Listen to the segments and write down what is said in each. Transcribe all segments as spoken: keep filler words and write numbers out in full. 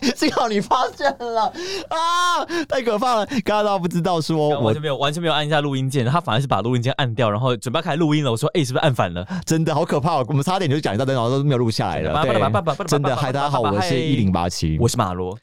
幸好你发现了啊，太可怕了！刚刚不知道说我完全没有完全没有按一下录音键，他反而是把录音键按掉，然后准备开始录音了。我说：“哎、欸，是不是按反了？” 真的好可怕、哦！我们差点就讲一大堆，然后都没有录下来了。对，真的。嗨，大家好，我是一零八七， 我是马罗。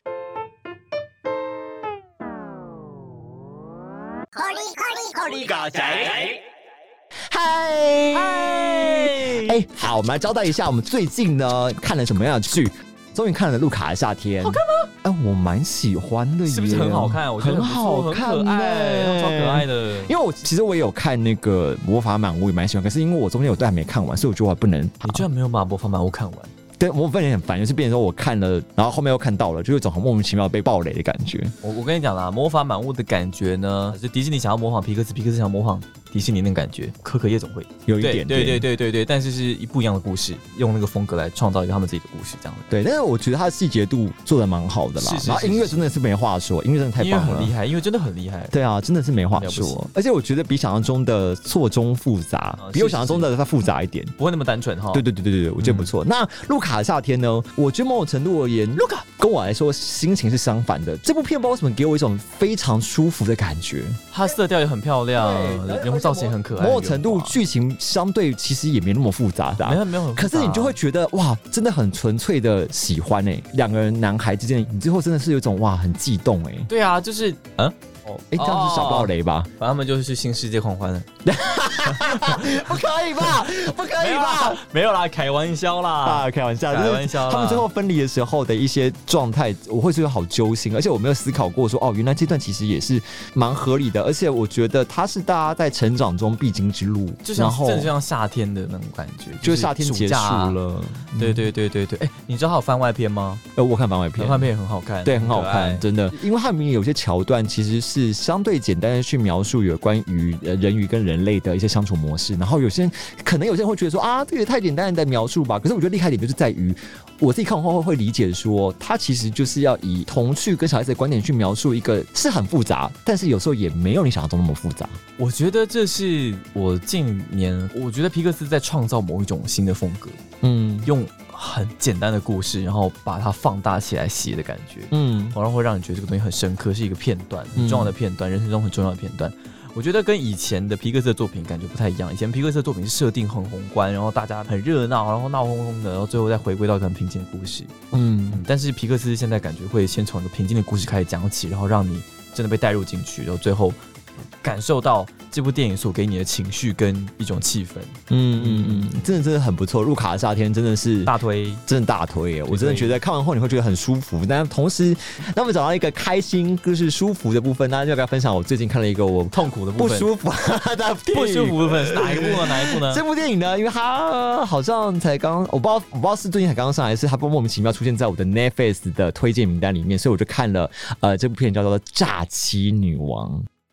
嗨嗨， 哎，好，我们来交代一下，我们最近呢看了什么样的剧？终于看了《路卡的夏天》， 好看吗？ 哎、呃，我蛮喜欢的耶， 是不是很好看？我觉得很好看， 很可爱，超可爱的。 因为我其实我也有看那个《魔法满屋》，也蛮喜欢，可是因为我中间有段还没看完，所以我觉得我还不能。 你居然没有把《魔法满屋》看完？ 对，我本人很烦，就是变成说我看了，然后后面又看到了，就有一种很莫名其妙被爆雷的感觉。 我我跟你讲啦，《魔法满屋》的感觉呢，是迪士尼想要模仿皮克斯，皮克斯想要模仿迪士尼那种感觉，可可夜总会有一点， 对对对对对，但是是一不一样的故事，用那个风格来创造一个他们自己的故事，这样的。 对，但是我觉得它的细节度做的蛮好的啦， 是是是是， 然后音乐真的是没话说，音乐真的太棒了， 音乐很厉害，音乐真的很厉害。 对啊，真的是没话说，而且我觉得比想象中的错综复杂，哦、比我想象中的它复杂一点， 不会那么单纯哈。 对对对对对，我觉得不错。嗯、那路卡的夏天呢？我觉得某种程度而言，路卡跟我来说心情是相反的。这部片不知道为什么给我一种非常舒服的感觉， 它色调也很漂亮，人物造型很可爱。 某种程度剧情相对其实也没那么复杂的、啊， 没有没有很复杂。 可是你就会觉得哇，真的很纯粹的喜欢哎、欸，两个人男孩之间，你最后真的是有一种哇很悸动哎、欸。 对啊，就是嗯。 哦，哎，这样是小爆雷吧？ 反正他们就是新世界狂欢了， 不可以吧？不可以吧？ 没有啦，开玩笑啦， 啊，开玩笑， 开玩笑。 他们最后分离的时候的一些状态，我会觉得好揪心，而且我没有思考过说，哦，原来这段其实也是蛮合理的，而且我觉得它是大家在成长中必经之路， 就像真的就像夏天的那种感觉， 就是夏天结束了。 对对对对对，哎，你知道他有番外篇吗？ 呃，我看番外篇， 番外篇也很好看， 对，很好看，真的，因为它里面有些桥段其实是。是相对简单的去描述有关于人鱼跟人类的一些相处模式，然后有些人可能有些人会觉得说啊，这个太简单的描述吧。可是我觉得厉害点就是在于我自己看完后会理解说，它其实就是要以童趣跟小孩子的观点去描述一个是很复杂，但是有时候也没有你想象中那么复杂。 我觉得这是我近年，我觉得皮克斯在创造某一种新的风格，嗯，用很简单的故事，然后把它放大起来写的感觉，嗯，然后会让你觉得这个东西很深刻，是一个片段，很重要的片段，嗯、人生中很重要的片段。我觉得跟以前的皮克斯的作品感觉不太一样。以前皮克斯的作品是设定很宏观，然后大家很热闹，然后闹哄哄的，然后最后再回归到一个很平静的故事。嗯, 嗯，但是皮克斯现在感觉会先从一个平静的故事开始讲起，然后让你真的被带入进去，然后最后感受到这部电影所给你的情绪跟一种气氛。嗯嗯嗯，真的真的很不错。路卡的夏天真的是大推， 真的大推耶！我真的觉得看完后你会觉得很舒服，但同时，那么找到一个开心就是舒服的部分，那就要跟大家分享我最近看了一个我痛苦的部分， 不舒服的不舒服的部分是哪一部呢？哪一部呢？ 这部电影呢，因为它好像才刚，我不知道我不知道是最近才刚刚上来，还是它莫名其妙出现在我的 Netflix 的推荐名单里面，所以我就看了呃这部片叫做《诈欺女王》。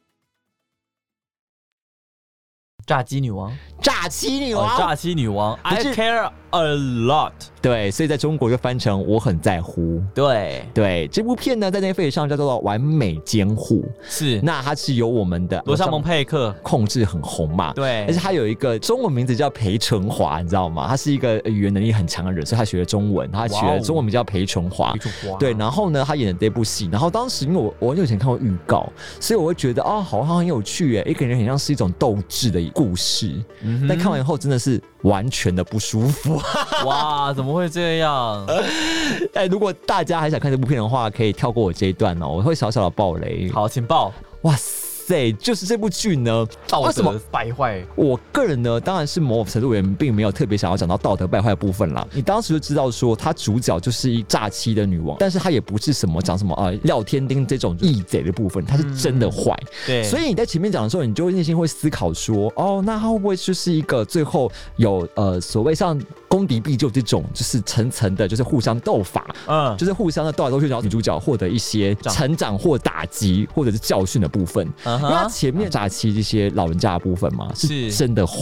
炸鸡女王， 诈欺女王， 哦、诈欺女王 ，I care a lot。 对，所以在中国就翻成我很在乎。 对对，这部片呢在 Netflix 上叫做《完美监护》， 是那它是由我们的罗莎蒙佩克控制很红嘛？ 对， 而且他有一个中文名字叫裴纯华，你知道吗？他是一个语言能力很强的人，所以他学了中文，他学了中文名叫裴纯华。对，然后呢，他演的这部戏，然后当时因为我我很久以前看过预告，所以我会觉得哦，好像很有趣耶，一个人很像是一种斗智的故事，嗯、但看完以后真的是完全的不舒服。 哇，怎么会这样？ 哎，如果大家还想看这部片的话，可以跳过我这一段哦，我会小小的爆雷。 好，请爆！ 哇塞，就是这部剧呢， 道德败坏。 我个人呢，当然是某种程度人并没有特别想要讲到道德败坏的部分啦。你当时就知道说，他主角就是一诈欺的女王，但是他也不是什么讲什么啊廖天丁这种义贼的部分，他是真的坏、嗯。对，所以你在前面讲的时候，你就会内心会思考说，哦，那他会不会就是一个最后有呃所谓像攻敌必救这种，就是层层的，就是互相斗法，嗯，就是互相的斗来斗去，然后女主角获得一些成长或打击或者是教训的部分。嗯、因为他前面诈欺这些老人家的部分嘛，是真的坏。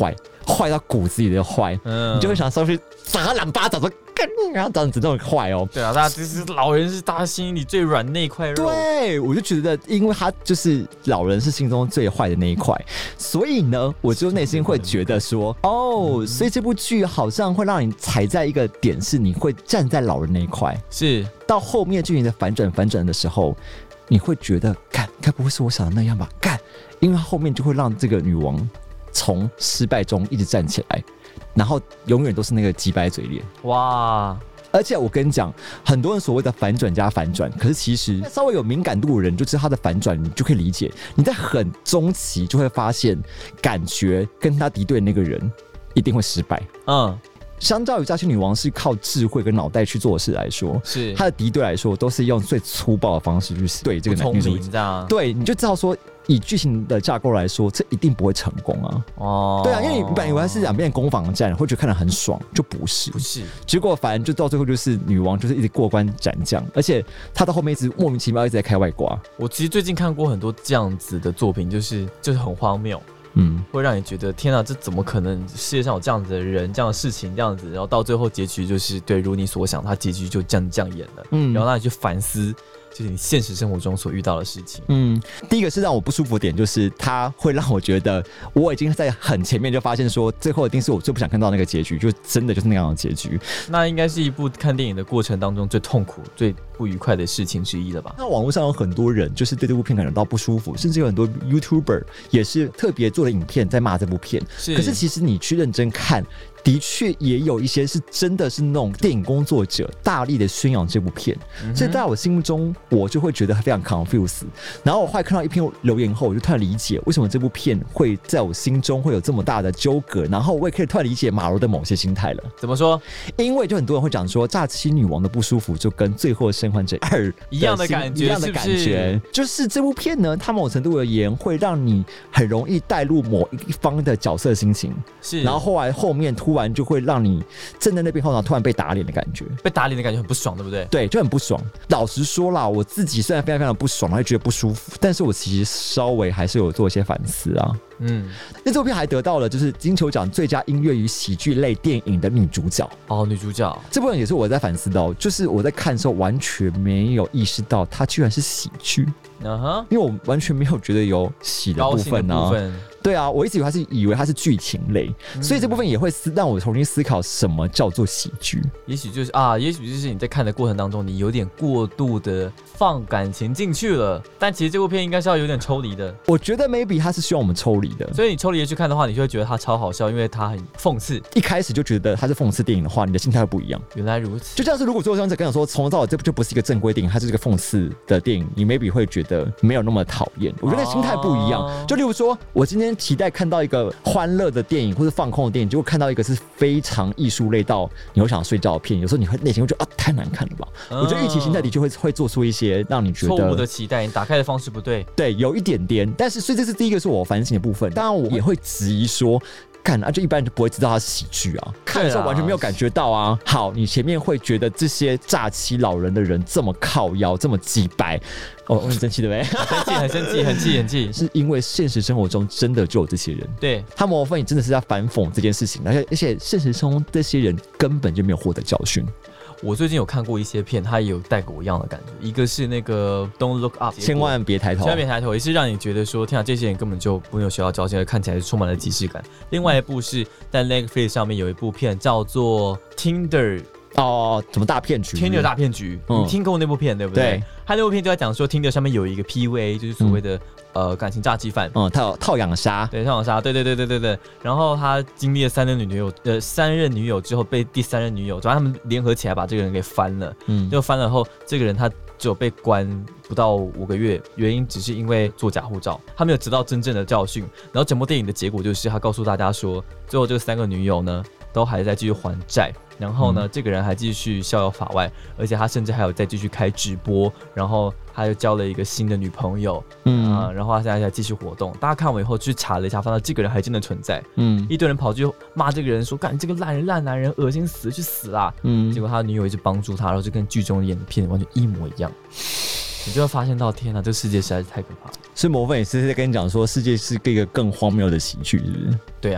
坏到骨子里的坏，嗯，你就会想上去打他两巴掌说。然后这样子那么坏哦， 对啊，大家其实老人是大家心里最软那一块肉。 对，我就觉得，因为他就是老人是心中最坏的那一块，所以呢，我就内心会觉得说，哦，所以这部剧好像会让你踩在一个点，是你会站在老人那一块。 是到后面剧情的反转反转的时候，你会觉得，干，该不会是我想的那样吧？干，因为后面就会让这个女王从失败中一直站起来。然后永远都是那个鸡掰嘴脸哇！而且我跟你讲，很多人所谓的反转加反转，可是其实稍微有敏感度的人就知道他的反转，你就可以理解。你在很中期就会发现，感觉跟他敌对的那个人一定会失败。嗯。相较于诈欺女王是靠智慧跟脑袋去做的事来说，是她的敌对来说都是用最粗暴的方式去对这个男女主角。对，你就知道说，以剧情的架构来说，这一定不会成功啊！哦，对啊，因为你本来以为是两边攻防战，会觉得看得很爽，就不是，不是。结果反正就到最后就是女王就是一直过关斩将，而且她到后面一直莫名其妙一直在开外挂。 我其实最近看过很多这样子的作品，就是就是很荒谬。嗯，会让你觉得天啊，这怎么可能？世界上有这样子的人，这样的事情，这样子，然后到最后结局就是对，如你所想，他结局就这样这样演了。嗯，然后让你去反思，就是你现实生活中所遇到的事情。 嗯，第一个是让我不舒服的点，就是它会让我觉得我已经在很前面就发现说，最后一定是我最不想看到那个结局，就真的就是那样的结局。 那应该是一部看电影的过程当中最痛苦、最不愉快的事情之一了吧？ 那网络上有很多人就是对这部片感觉到不舒服，甚至有很多 YouTuber 也是特别做的影片在骂这部片。是，可是其实你去认真看。的确也有一些是真的是那种电影工作者大力的宣扬这部片，嗯、所以在我心目中我就会觉得非常 confused。然后我后来看到一篇留言后，我就突然理解为什么这部片会在我心中会有这么大的纠葛，然后我也可以突然理解马柔的某些心态了。 怎么说？ 因为就很多人会讲说，诈欺女王的不舒服就跟最后的生还者二一样的感觉， 一样的感觉，是是就是这部片呢，它某程度而言会让你很容易带入某一方的角色的心情，是，然后后来后面突。突然就会让你站在那边后，然后突然被打脸的感觉， 被打脸的感觉很不爽，对不对？ 对，就很不爽。老实说啦，我自己虽然非常非常不爽，还觉得不舒服，但是我其实稍微还是有做一些反思啊。嗯，那这部片还得到了就是金球奖最佳音乐与喜剧类电影的女主角。 哦，女主角这部分也是我在反思的哦，就是我在看的时候完全没有意识到它居然是喜剧。嗯哼，因为我完全没有觉得有喜的部分啊。对啊，我一直以为它是以为它是剧情类，嗯、所以这部分也会思让我重新思考什么叫做喜剧。 也许就是啊，也许就是你在看的过程当中，你有点过度的放感情进去了，但其实这部片应该是要有点抽离的。 我觉得 maybe 它是希望我们抽离的， 所以你抽离的去看的话，你就会觉得它超好笑，因为它很讽刺。 一开始就觉得它是讽刺电影的话，你的心态会不一样。 原来如此， 就像是如果说像跟我说从头到尾这就不是一个正规电影，它是一个讽刺的电影，你 maybe 会觉得没有那么讨厌。我觉得心态不一样。哦、就例如说，我今天期待看到一个欢乐的电影或是放空的电影，结果看到一个是非常艺术类到你会想睡觉的片，有时候你会内心会觉得啊太难看了吧。嗯、我觉得预期心态的确会会做出一些让你觉得错误的期待，你打开的方式不对， 对，有一点点。但是所以这是第一个是我反省的部分。当然我也会质疑说。看啊，就一般人就不会知道它是喜剧啊，看的时候完全没有感觉到啊。好，你前面会觉得这些诈欺老人的人这么靠腰，这么鸡掰，哦，我很生气对不对？ 很生气，很生气，很气，很气， 是因为现实生活中真的就有这些人， 对， 他某部分也真的是在反讽这件事情，而且而且现实中这些人根本就没有获得教训。 我最近有看过一些片，它也有带给我一样的感觉。一个是那个 Don't Look Up， 千万别抬头， 千万别抬头，也是让你觉得说，天啊，这些人根本就没有学到教训，看起来充满了即视感。另外一部是在 Netflix 上面有一部片叫做 Tinder。 哦，什么大骗局 ？Tinder 大骗局，嗯、你听过那部片对不对？对，他那部片就在讲说 Tinder 上面有一个 P U A， 就是所谓的、嗯、呃感情诈欺犯， 嗯，套套养杀， 对，套养杀，对对对对对对。然后他经历了三任女友，呃，三任女友之后被第三任女友，主要他们联合起来把这个人给翻了，嗯，就翻了后，这个人他只有被关不到五个月，原因只是因为做假护照，他没有得到真正的教训。然后整部电影的结果就是他告诉大家说，最后这三个女友呢都还在继续还债。然后呢、嗯，这个人还继续逍遥法外，而且他甚至还有再继续开直播，然后他又交了一个新的女朋友，嗯、呃，然后他现在还继续活动。大家看完以后去查了一下，发现这个人还真的存在，嗯，一堆人跑去骂这个人说：“干这个烂人烂男人，恶心死，去死啦！”嗯，结果他的女友一直帮助他，然后就跟剧中演的片完全一模一样。你就会发现到，天哪，这个世界实在是太可怕了。 所以魔粉也是在跟你讲说，世界是一个更荒谬的喜剧，是不是？ 对啊。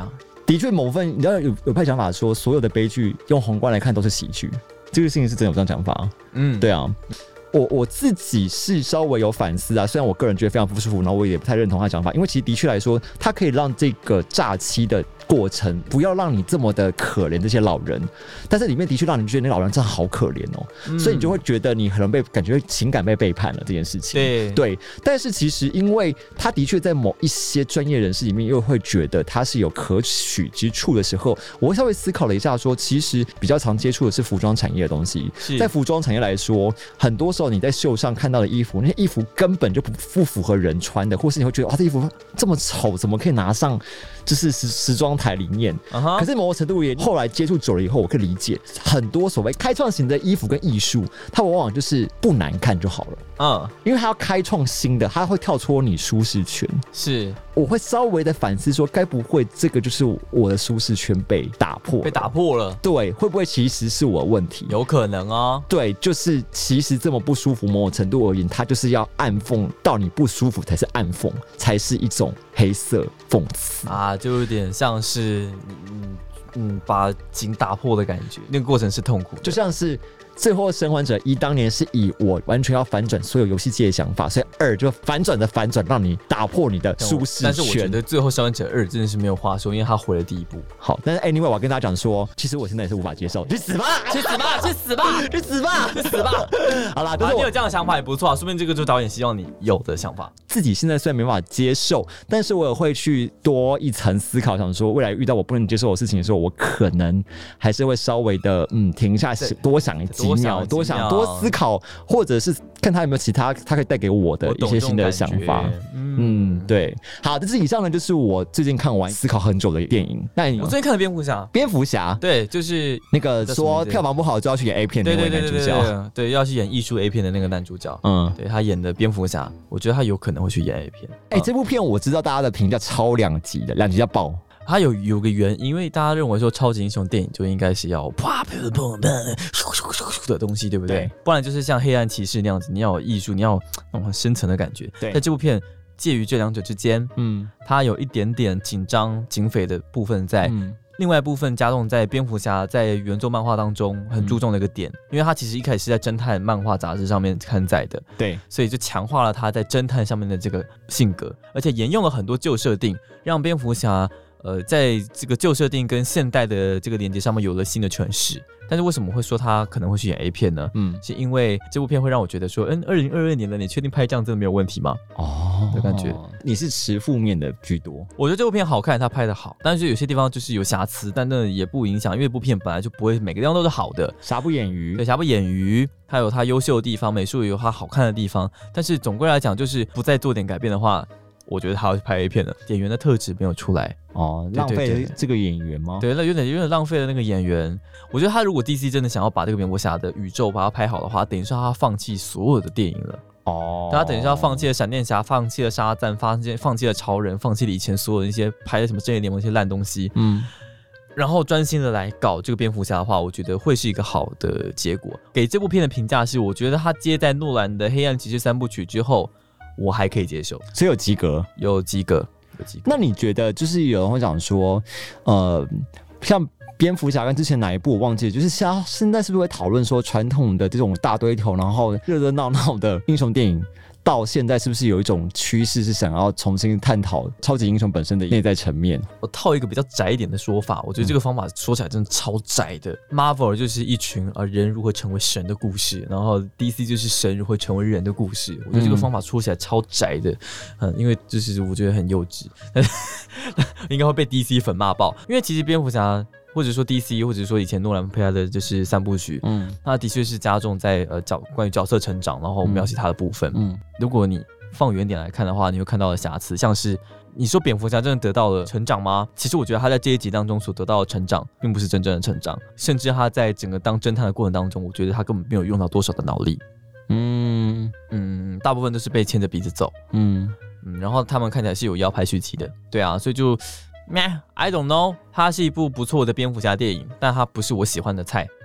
的确某部分你知道有有派讲法说，所有的悲剧用宏观来看都是喜剧，这个事情是真的有这样讲法。嗯，对啊。我我自己是稍微有反思啊，虽然我个人觉得非常不舒服，然后我也不太认同他的讲法，因为其实的确来说，它可以让这个诈欺的过程不要让你这么的可怜这些老人，但是里面的确让你觉得那老人真的好可怜哦、嗯，所以你就会觉得你可能被感觉情感被背叛了这件事情。 对对，但是其实因为他的确在某一些专业人士里面又会觉得他是有可取之处的时候，我会稍微思考了一下说，其实比较常接触的是服装产业的东西，在服装产业来说，很多时候你在秀上看到的衣服，那些衣服根本就不不符合人穿的，或是你会觉得哇，这衣服这么丑，怎么可以拿上就是时时装台里面？ Uh-huh. 可是某种程度也后来接触久了以后，我可以理解很多所谓开创型的衣服跟艺术，它往往就是不难看就好了。嗯、uh. ，因为它要开创新的，它会跳出你舒适圈。 是， 我会稍微的反思说，该不会这个就是我的舒适圈被打破？ 被打破了？ 对，会不会其实是我的问题？ 有可能啊。 对，就是其实这么不舒服，某种程度而言，它就是要暗讽到你不舒服才是暗讽，才是一种黑色讽刺啊，就有点像是嗯嗯把井打破的感觉，那个过程是痛苦的， 就像是。最后生还者一当年是以我完全要反转所有游戏界的想法，所以二就反转的反转，让你打破你的舒适圈。 但是我觉得最后生还者二真的是没有话说，因为他毁了第一部。 好，但是 anyway 我要跟大家讲说，其实我现在也是无法接受，去死吧， 去死吧，去死吧， 去死吧， 去死吧。 好啦， 啊，你有这样的想法也不错啊，说不定这个就是导演希望你有的想法。 自己现在虽然没办法接受，但是我也会去多一层思考，想说未来遇到我不能接受的事情的时候，我可能还是会稍微的嗯停下，多想几秒，多想。多思考，或者是看他有没有其他他可以带给我的一些新的想法。嗯，对。好，这是以上呢，就是我最近看完思考很久的电影。那你我最近看了蝙蝠侠， 蝙蝠侠， 对，就是那个说票房不好就要去演 A 片的那位男主角，对对对对对， 对，要去演艺术 A 片的那个男主角。嗯，对他演的蝙蝠侠，我觉得他有可能会去演 A 片。 哎、欸，这部片我知道大家的评价超两极的，两极要爆。 它有有个原因，因为大家认为说超级英雄电影就应该是要啪啪砰砰的东西，对不对？对，不然就是像黑暗骑士那样子，你要有艺术，你要有那种很深层的感觉。对，在这部片介于这两者之间，嗯，它有一点点紧张警匪的部分在。嗯，另外一部分加重在蝙蝠侠在原作漫画当中很注重的一个点，嗯、因为他其实一开始是在侦探漫画杂志上面刊载的，对，所以就强化了他在侦探上面的这个性格，而且沿用了很多旧设定，让蝙蝠侠呃在这个旧设定跟现代的这个连接上面有了新的诠释。但是为什么会说他可能会去演 A 片呢？嗯，是因为这部片会让我觉得说，嗯，二零二二年了，你确定拍这样真的没有问题吗？哦，的感觉， 你是持负面的居多。 我觉得这部片好看，他拍的好，但是有些地方就是有瑕疵，但那也不影响，因为这部片本来就不会每个地方都是好的， 瑕不掩瑜。 对，瑕不掩瑜，它有它优秀的地方，美术也有它好看的地方，但是总归来讲，就是不再做点改变的话。我觉得他要去拍 A 片了，演员的特质没有出来哦，浪费了这个演员吗？ 对，那有点有点浪费了那个演员。我觉得他如果 D C 真的想要把这个蝙蝠侠的宇宙把它拍好的话，等于是他放弃所有的电影了。哦，他等于是要放弃了闪电侠，放弃了沙赞，放弃放弃了超人，放弃了以前所有的一些拍的什么正义联盟一些烂东西。嗯。然后专心的来搞这个蝙蝠侠的话，我觉得会是一个好的结果。给这部片的评价是，我觉得他接在诺兰的《黑暗骑士》三部曲之后。我还可以接受， 所以有及格， 有及格，有及格。 那你觉得，就是有人会讲说，呃，像蝙蝠侠跟之前哪一部我忘记了，就是现现在是不是会讨论说，传统的这种大堆头，然后热热闹闹的英雄电影，到现在是不是有一种趋势是想要重新探讨超级英雄本身的内在层面？ 我套一个比较窄一点的说法，我觉得这个方法说起来真的超窄的。嗯、Marvel 就是一群呃人如何成为神的故事，然后 D C 就是神如何成为人的故事。我觉得这个方法说起来超窄的，嗯，因为就是我觉得很幼稚，应该会被 D C 粉骂爆。因为其实蝙蝠侠。或者说 D C， 或者说以前诺兰拍他的就是三部曲，嗯，那的确是加重在呃角关于角色成长，然后描写他的部分。嗯，如果你放远点来看的话，你会看到的瑕疵，像是你说蝙蝠侠真的得到了成长吗？其实我觉得他在这一集当中所得到的成长，并不是真正的成长，甚至他在整个当侦探的过程当中，我觉得他根本没有用到多少的脑力。嗯嗯，大部分都是被牵着鼻子走。嗯嗯，然后他们看起来是有要拍续集的，对啊，所以就。I don't know， 它是一部不错的蝙蝠侠电影，但它不是我喜欢的菜。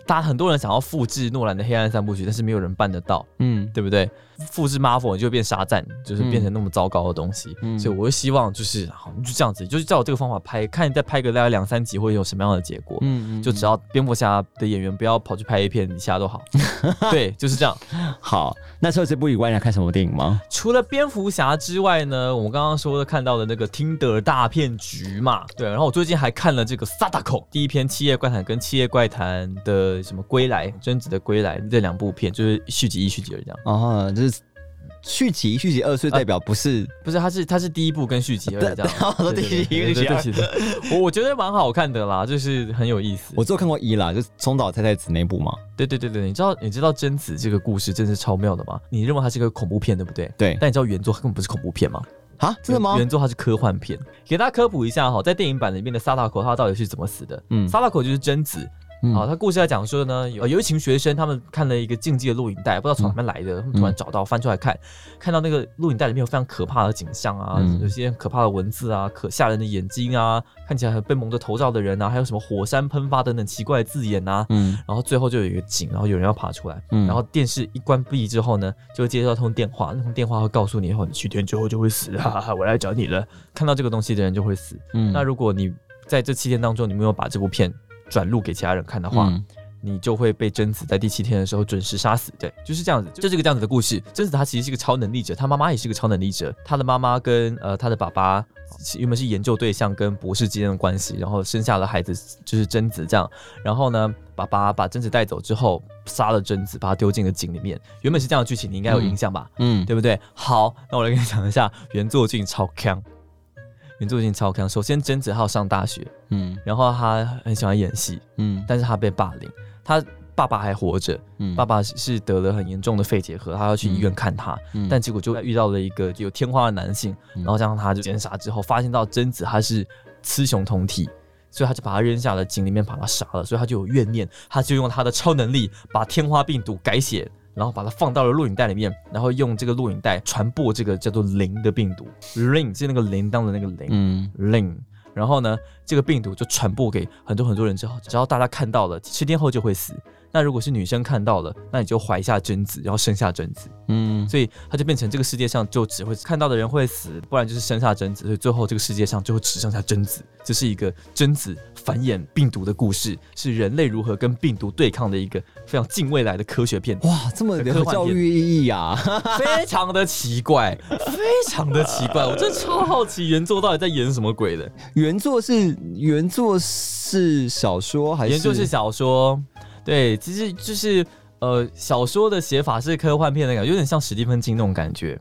大家很多人想要复制诺兰的黑暗三部曲，但是没有人办得到，嗯，对不对？复制 Marvel 就会变沙赞，就是变成那么糟糕的东西，嗯、所以我会希望就是好，就这样子，就是照这个方法拍，看你再拍个大概两三集会有什么样的结果，嗯, 嗯, 嗯，就只要蝙蝠侠的演员不要跑去拍 A 片，其他都好，对，就是这样。 好，那除了这部以外，你还看什么电影吗？ 除了蝙蝠侠之外呢，我们刚刚说的看到的那个 Tinder 大骗局嘛，对，然后我最近还看了这个 Sadako 第一篇《七夜怪谈》跟《七夜怪谈》的什么归来，贞子的归来这两部片，就是续集一、续集二这样。 哦，就是续集续集二，所以代表不是、呃、 不是，它是它是第一部跟续集二这样。我第一集续集二，我我觉得蛮好看的啦，就是很有意思。 我只有看过一啦，就是松岛菜菜子那部嘛。 对对对对，你知道你知道贞子这个故事真是超妙的吗？你认为它是个恐怖片，对不对？ 对。 但你知道原作根本不是恐怖片吗？ 啊，真的吗？ 原作它是科幻片，给大家科普一下哈，在电影版里面的萨达口他到底是怎么死的？嗯，萨达口就是贞子。好，他故事在讲说呢，有有一群学生，他们看了一个竞技的录影带，不知道从哪边来的，他们突然找到，翻出来看，看到那个录影带里面有非常可怕的景象啊，嗯、有些可怕的文字啊，可吓人的眼睛啊，看起来被蒙着头罩的人啊，还有什么火山喷发等等奇怪的字眼啊，嗯，然后最后就有一个井，然后有人要爬出来，嗯、然后电视一关闭之后呢，就会接到通电话，那通电话会告诉你，以后你七天之后就会死，哈哈，我来找你了。看到这个东西的人就会死。嗯，那如果你在这七天当中，你没有把这部片转录给其他人看的话，嗯，你就会被贞子在第七天的时候准时杀死。对，就是这样子，就是个这样子的故事。贞子她其实是一个超能力者，她妈妈也是个超能力者。她的妈妈跟呃她的爸爸原本是研究对象跟博士之间的关系，然后生下了孩子就是贞子这样。然后呢，爸爸把贞子带走之后，杀了贞子，把她丢进了井里面。原本是这样的剧情，你应该有印象吧？嗯，对不对？好，那我来跟你讲一下原作剧情超强。原作剧情超强。首先，贞子她有上大学，嗯，然后她很喜欢演戏，嗯，但是她被霸凌。他爸爸还活着，嗯，爸爸是得了很严重的肺结核，他要去医院看他，嗯，但结果就遇到了一个有天花的男性，嗯，然后将他就奸杀之后，发现到贞子他是雌雄同体，所以他就把他扔下了井里面，把他杀了，所以他就有怨念，他就用他的超能力把天花病毒改写，然后把它放到了录影带里面，然后用这个录影带传播这个叫做灵的病毒，灵是那个铃铛的那个铃，嗯，灵。然后呢，这个病毒就传播给很多很多人之后，只要大家看到了，七天后就会死。那如果是女生看到了，那你就怀下贞子，然后生下贞子。嗯，所以它就变成这个世界上就只会看到的人会死，不然就是生下贞子。所以最后这个世界上就会只剩下贞子。这是一个贞子繁衍病毒的故事，是人类如何跟病毒对抗的一个非常近未来的科学片。 哇，这么有教育意义啊！ 非常的奇怪，非常的奇怪，我真的超好奇原作到底在演什么鬼的。 原作是原作是小说还是？ 原作是小说。对，其实就是呃，小说的写法是科幻片的感觉，有点像史蒂芬金那种感觉。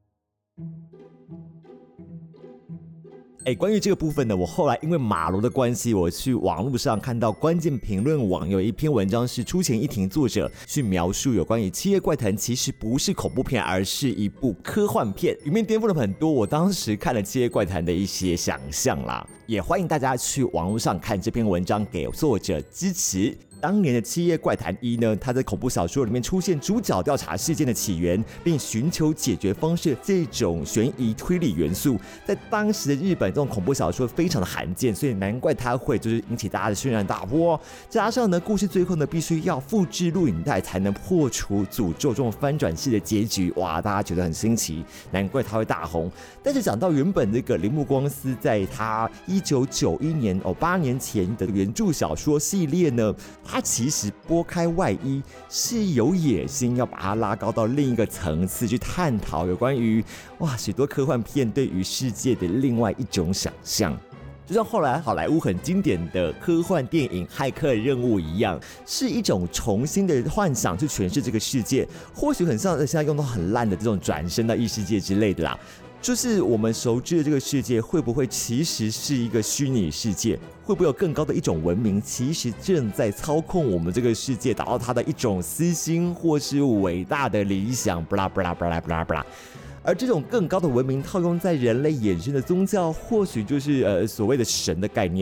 哎，关于这个部分呢，我后来因为马罗的关系，我去网络上看到关键评论网有一篇文章，是出前一庭作者去描述有关于《七夜怪谈》其实不是恐怖片，而是一部科幻片，里面颠覆了很多我当时看了《七夜怪谈》的一些想象啦。也欢迎大家去网络上看这篇文章，给作者支持。当年的《七夜怪谈一》呢，它在恐怖小说里面出现主角调查事件的起源，并寻求解决方式这种悬疑推理元素，在当时的日本，这种恐怖小说非常的罕见，所以难怪它会就是引起大家的轩然大波。加上呢，故事最后呢，必须要复制录影带才能破除诅咒这种翻转式的结局，哇，大家觉得很新奇，难怪它会大红。但是讲到原本这个铃木光司在他一九九一年哦八年前的原著小说系列呢，他其实拨开外衣是有野心，要把它拉高到另一个层次去探讨有关于哇许多科幻片对于世界的另外一种想象。就像后来好莱坞很经典的科幻电影《骇客任务》一样，是一种重新的幻想去诠释这个世界，或许很像现在用到很烂的这种转身到异世界之类的啦。就是我们熟知的这个世界会不会其实是一个虚拟世界？会不会有更高的一种文明其实正在操控我们这个世界，达到它的一种私心或是伟大的理想？不啦不啦不啦不啦不啦。而这种更高的文明套用在人类衍生的宗教，或许就是呃所谓的神的概念。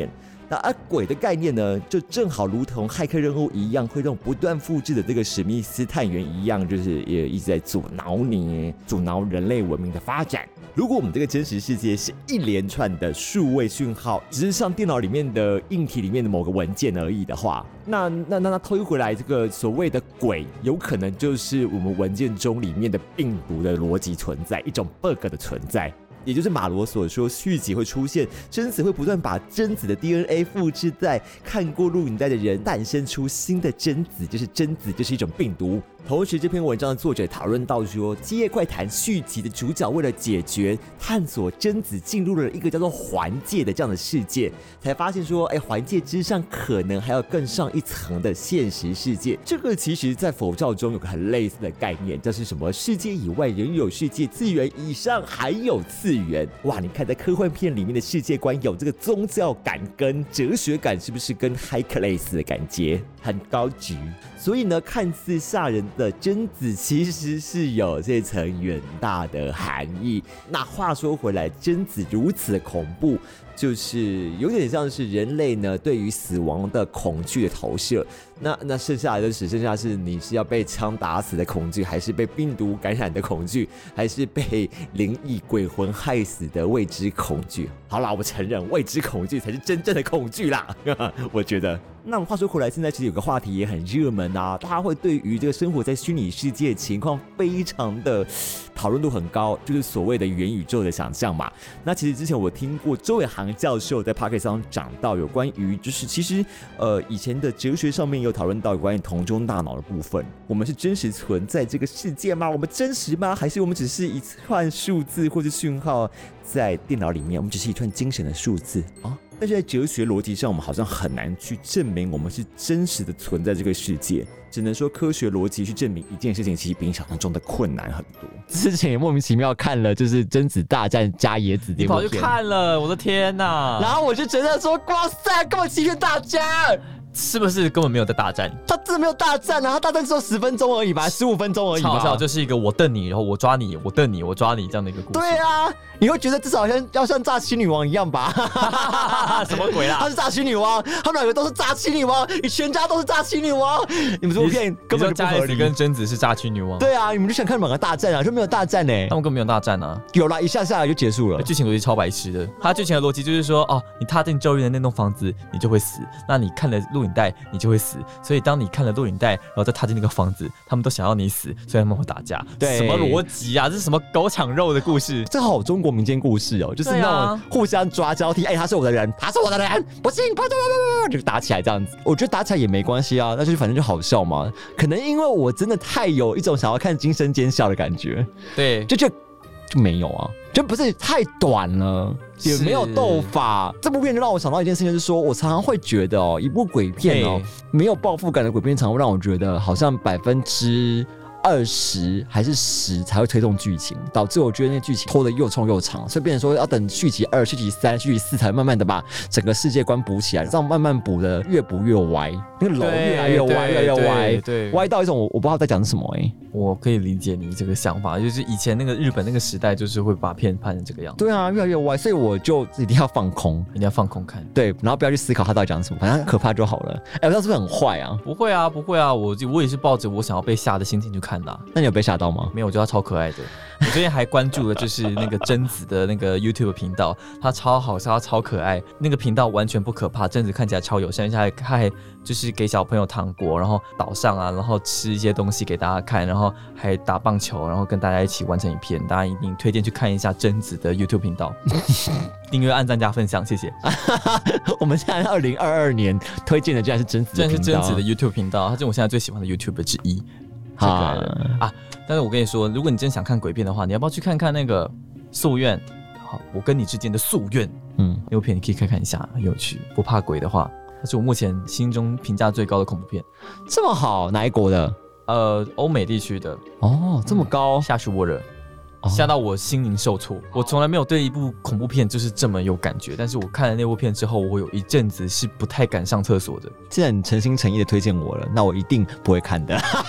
那啊鬼的概念呢，就正好如同骇客任务一样，会让不断复制的这个史密斯探员一样，就是也一直在阻挠你，阻挠人类文明的发展。如果我们这个真实世界是一连串的数位讯号，只是像电脑里面的硬体里面的某个文件而已的话，那那那那推回来这个所谓的鬼，有可能就是我们文件中里面的病毒的逻辑存在，一种 bug 的存在。也就是马罗所说，续集会出现，贞子会不断把贞子的 D N A 复制在看过录影带的人，诞生出新的贞子，就是贞子就是一种病毒。同时，这篇文章的作者讨论到说，《基业怪谈》续集的主角为了解决、探索贞子进入了一个叫做环界的这样的世界，才发现说，哎，环界之上可能还有更上一层的现实世界。这个其实在佛教中有个很类似的概念，叫是什么？世界以外仍有世界，次元以上还有次元。哇，你看在科幻片里面的世界观有这个宗教感跟哲学感，是不是跟 high class 的感觉很高级？所以呢，看似吓人的贞子其实是有这层远大的含义。那话说回来，贞子如此的恐怖，就是有点像是人类呢对于死亡的恐惧的投射。那那剩下来的只剩下是你是要被枪打死的恐惧，还是被病毒感染的恐惧，还是被灵异鬼魂害死的未知恐惧。好啦，我承认未知恐惧才是真正的恐惧啦，我觉得。那话说回来，现在其实有个话题也很热门啊，大家会对于这个生活在虚拟世界的情况非常的讨论度很高，就是所谓的元宇宙的想象嘛。那其实之前我听过周伟航教授在 Podcast 上讲到有关于，就是其实呃以前的哲学上面有讨论到有关于同中大脑的部分。我们是真实存在这个世界吗？我们真实吗？还是我们只是一串数字或者讯号在电脑里面？我们只是一串精神的数字啊？但是在哲学逻辑上，我们好像很难去证明我们是真实的存在这个世界，只能说科学逻辑去证明一件事情，其实比你想象中的困难很多。 之前也莫名其妙看了就是贞子大战加野子这部片， 你跑去看了，我的天哪！ 然后我就觉得说，哇塞，根本欺骗大家。 是不是根本没有在大战？ 他真的没有大战啊！他大战只有十分钟而已吧，十五分钟而已吧。 超好笑，就是一个我瞪你，然后我抓你，我瞪你，我抓你这样的一个故事。 对啊，你会觉得至少像要像诈欺女王一样吧？ 什么鬼啦？ 她是诈欺女王，他们两个都是诈欺女王，你全家都是诈欺女王。你们这部片根本就不合理。 跟贞子是诈欺女王。 对啊，你们就想看两个大战啊，就没有大战呢、欸。 他们根本没有大战啊。 有啦，一下下来就结束了。 剧情逻辑超白痴的，他剧情的逻辑就是说，哦，你踏进咒怨的那栋房子，你就会死。那你看了录影带，你就会死。所以当你看了录影带，然后再踏进那个房子，他们都想要你死，所以他们会打架。 对， 什么逻辑啊？这是什么狗抢肉的故事？ 这好中国民间故事哦，就是那种互相抓交替，哎、欸，他是我的人，他是我的人，不信，啪啪啪啪啪，就打起来这样子。我觉得打起来也没关系啊，那就反正就好笑嘛。可能因为我真的太有一种想要看惊声尖笑的感觉， 对， 就就就没有啊。就不是太短了，也没有斗法。这部片就让我想到一件事情，就是说我常常会觉得哦，一部鬼片哦，没有爆腹感的鬼片，常常会让我觉得好像百分之二十还是十才会推动剧情，导致我觉得那剧情拖得又冲又长，所以变成说要等续集二、续集三、续集四才慢慢的把整个世界观补起来，这样慢慢补的越补越歪，那个楼越来越歪，越来越歪，对，歪到一种我我不知道在讲什么哎、欸。 我可以理解你这个想法，就是以前那个日本那个时代，就是会把片拍成这个样子。 对啊，越来越歪，所以我就一定要放空， 一定要放空看。 对，然后不要去思考他到底讲什么，反正可怕就好了。哎、欸，我这样是不是很坏啊？ 不会啊，不会啊，我我也是抱着我想要被吓的心情去看的、啊。 那你有被吓到吗？ 没有，我觉得他超可爱的。我最近还关注了，就是那个贞子的那个 YouTube 频道，他超好笑，他超可爱。那个频道完全不可怕，贞子看起来超友善，而且还他还就是给小朋友糖果，然后岛上啊，然后吃一些东西给大家看，然后还打棒球，然后跟大家一起完成影片。大家一定推荐去看一下贞子的 YouTube 频道，订阅、按赞、加分享，谢谢。 我们现在二零二二年推荐的竟然是贞子的频道， 竟然是贞子的 YouTube 频道，他是我现在最喜欢的 YouTuber 之一。啊啊！但是我跟你说，如果你真想看鬼片的话，你要不要去看看那个《夙愿》？好，我跟你之间的夙愿，嗯，那部片你可以看看一下，很有趣。不怕鬼的话，它是我目前心中评价最高的恐怖片。 这么好，哪一国的？ 呃，欧美地区的。 哦，这么高， 吓死我了。吓到我心灵受挫，我从来没有对一部恐怖片就是这么有感觉，但是我看了那部片之后，我有一阵子是不太敢上厕所的。 既然你诚心诚意的推荐我了，那我一定不会看的。 太棒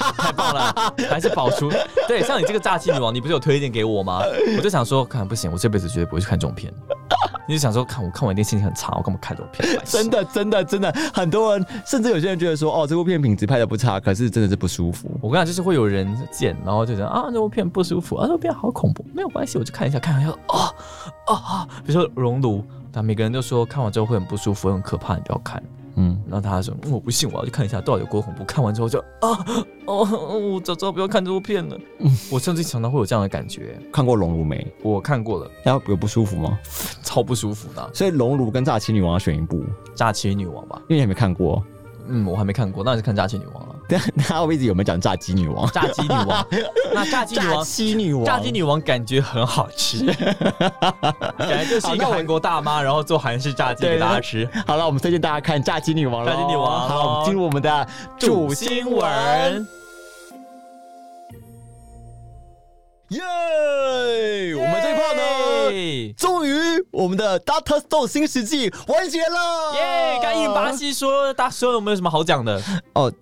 忘了，还是保出。对，像你这个诈欺女王，你不是有推荐给我吗？我就想说，看不行，我这辈子绝对不会去看这种片。你就想说，看我看完一定心情很差，我干嘛看这种片？ 真的，真的，真的，很多人甚至有些人觉得说，哦，这部片品质拍的不差，可是真的是不舒服。 我跟你讲，就是会有人见，然后就讲啊，这部片不舒服，啊，这部片好恐怖，没有关系，我就看一下，看一下，哦哦，比如说《熔炉》，但每个人都说看完之后会很不舒服，很可怕，你不要看。嗯，然后他说、嗯、我不信，我要去看一下到底有多恐怖。看完之后就啊哦，我早知道不要看这部片了。嗯、我甚至常常会有这样的感觉。 看过《熔炉》没？ 我看过了。 然后有不舒服吗？ 超不舒服的。 所以《熔炉》跟《诈欺女王》要选一部。 诈欺女王吧， 因为你还没看过。 嗯，我还没看过，那是看诈欺女王了。 那我一直有没有讲炸鸡女王？ 炸鸡女王，那炸鸡女王， 炸鸡女王， 炸鸡女王感觉很好吃，感觉就是一个韩国大妈，然后做韩式炸鸡给大家吃。 好了，我们推荐大家看炸鸡女王了。 炸鸡女王， 好，我们进入我们的主新闻。耶！我们这一趴呢，终于我们的 Doctor Stone 新世纪完结了。 耶！刚一零八七说，大家说有没有什么好讲的？哦。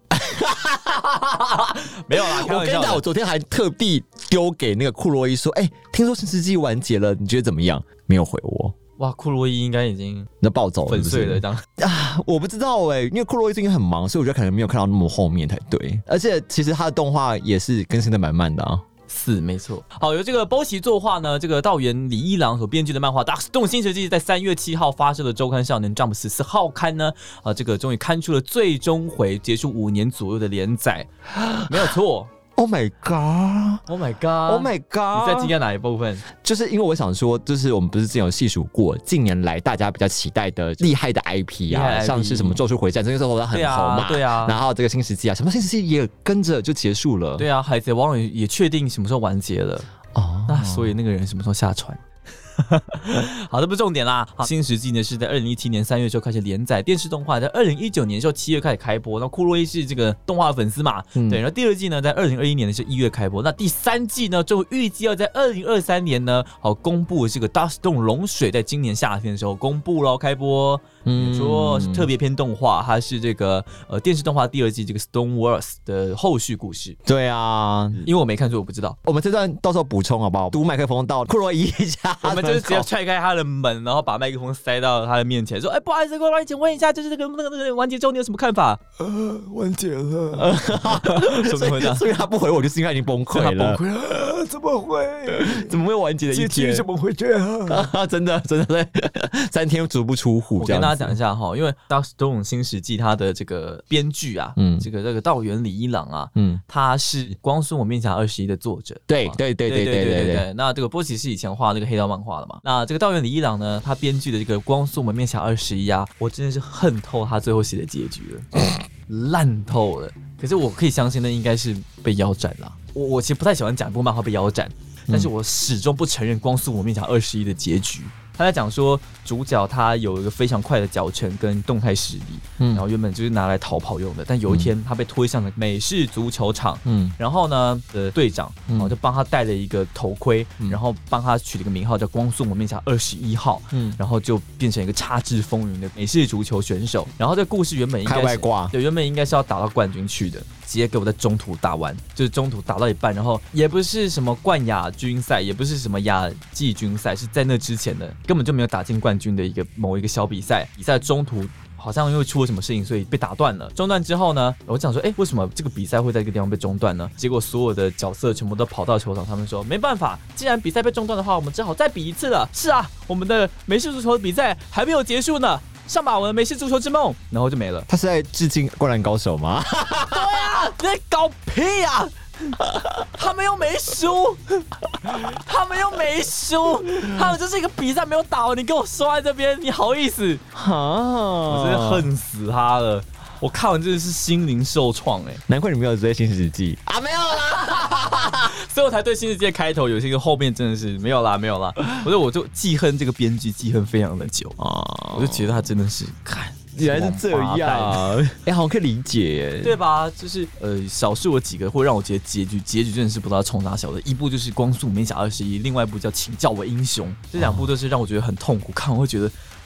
没有啦， 我跟你讲，我昨天还特地丢给那个库洛伊说，哎、欸，听说新世纪完结了，你觉得怎么样？没有回我。 哇，库洛伊应该已经那暴走了粉碎了，这样啊？我不知道哎、欸，因为库洛伊最近很忙，所以我觉得可能没有看到那么后面才对。而且其实他的动画也是更新的蛮慢的啊。 是没错。好，由这个波奇作画呢，这个道元李一郎所编剧的漫画《Doctor Stone 新世纪》在三月七号发射的周刊少年 Jump 十四号刊呢，啊，这个终于刊出了最终回，结束五年左右的连载，没有错。 Oh my god! Oh my god! Oh my god! 你在惊讶哪一部分？ 就是因为我想说，就是我们不是之前有细数过近年来大家比较期待的厉害的 I P 啊， I P 像是什么《咒术回战》这个时候很红嘛， 对啊， 然后这个新世纪啊，什么新世纪也跟着就结束了， 对啊，海贼王也确定什么时候完结了哦，那所以那个人什么时候下船？好，这不是重点啦。好，新世纪呢是在二零一七年三月的时候开始连载电视动画，在二零一九年的时候七月开始开播。那库洛伊是这个动画粉丝嘛，嗯、对。然后第二季呢在二零二一年的是一月开播，那第三季呢就预计要在二零二三年呢好公布这个 Doctor Stone 龙水，在今年夏天的时候公布咯，开播。嗯，说是特别篇动画，它是这个呃电视动画第二季这个 Stone Wars 的后续故事。 对啊， 因为我没看，所以我不知道。 我们这段到时候补充好不好？读麦克风到库洛伊家， 我们就是直接踹开他的门，然后把麦克风塞到他的面前，说：“哎、欸，不好意思，库洛伊，请问一下，就是这个那个那个完结之后，你有什么看法？” 呃，完结了。 怎么会这样？ 所以他不回我，就是因为他已经崩溃了。 崩溃了？怎么会？ 怎么会完结的一天？ 怎么会这样？ 啊、真的真的三天足不出户。 我跟大家讲一下哈，因为 Doctor Stone 新世纪他的这个编剧啊，嗯，这个这个道元李一郎啊，嗯，他是光速蒙面侠二十一的作者。 对对对对对对 对, 对, 对, 对。 那这个波奇是以前画这个黑道漫画的嘛？那这个道元李一郎呢，他编剧的这个光速蒙面侠二十一啊，我真的是恨透他最后写的结局了，烂透了。可是我可以相信，那应该是被腰斩了。我我其实不太喜欢讲一部漫画被腰斩，但是我始终不承认光速蒙面侠二十一的结局。他在讲说，主角他有一个非常快的脚程跟动态视力，嗯，然后原本就是拿来逃跑用的，但有一天他被推向了美式足球场，嗯，然后呢，的队长，然后就帮他戴了一个头盔，嗯、然后帮他取了一个名号叫光速蒙面侠二十一号，嗯，然后就变成一个插翅风云的美式足球选手。然后这个故事原本应该是开外挂， 对，原本应该是要打到冠军去的。直接给我在中途打完，就是中途打到一半，然后也不是什么冠亚军赛，也不是什么亚季军赛，是在那之前的，根本就没有打进冠军的一个某一个小比赛。比赛中途好像因为出了什么事情，所以被打断了。中断之后呢，我想说，哎、欸，为什么这个比赛会在这个地方被中断呢？结果所有的角色全部都跑到球场，他们说没办法，既然比赛被中断的话，我们只好再比一次了。是啊，我们的美式足球的比赛还没有结束呢。上把我的美式足球之梦，然后就没了。 他是在致敬《灌篮高手》吗？ 对啊，你在搞屁啊！他们又没输，他们又没输，他们就是一个比赛没有打完，你给我说在这边，你好意思？我真的恨死他了。我看完真的是心灵受创哎， 难怪你没有追新世纪啊，没有啦，所以我才对新世纪的开头有些个后面真的是没有啦，没有啦。我就我就记恨这个编剧，记恨非常的久啊，我就觉得他真的是看。 原来是这样，哎、欸，好像可以理解耶， 对吧？就是呃，少数有几个会让我觉得结局结局真的是不知道冲啥小的。一部就是《光速蒙面侠二十一》，另外一部叫《请叫我英雄》，这两部都是让我觉得很痛苦，看我会觉得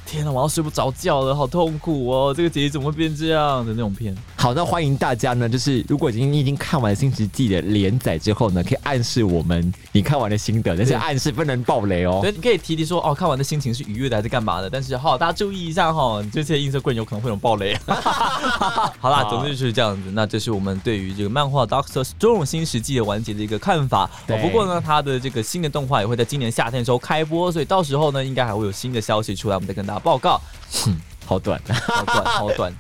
天哪，我要睡不着觉了，好痛苦哦！这个结局怎么会变这样的那种片？ 好，那欢迎大家呢，就是如果已经你已经看完《新世纪》的连载之后呢，可以暗示我们你看完的心得，但是暗示不能爆雷哦。 对，你可以提提说哦，看完的心情是愉悦的还是干嘛的？但是好，大家注意一下哈，这些映射棍有可能会有爆雷。好啦，总之就是这样子。那这是我们对于这个漫画《Doctor Stone 新世纪》的完结的一个看法。哦、不过呢，它的这个新的动画也会在今年夏天的时候开播，所以到时候呢，应该还会有新的消息出来，我们再跟大家报告。 嗯，好短， 好短，好短。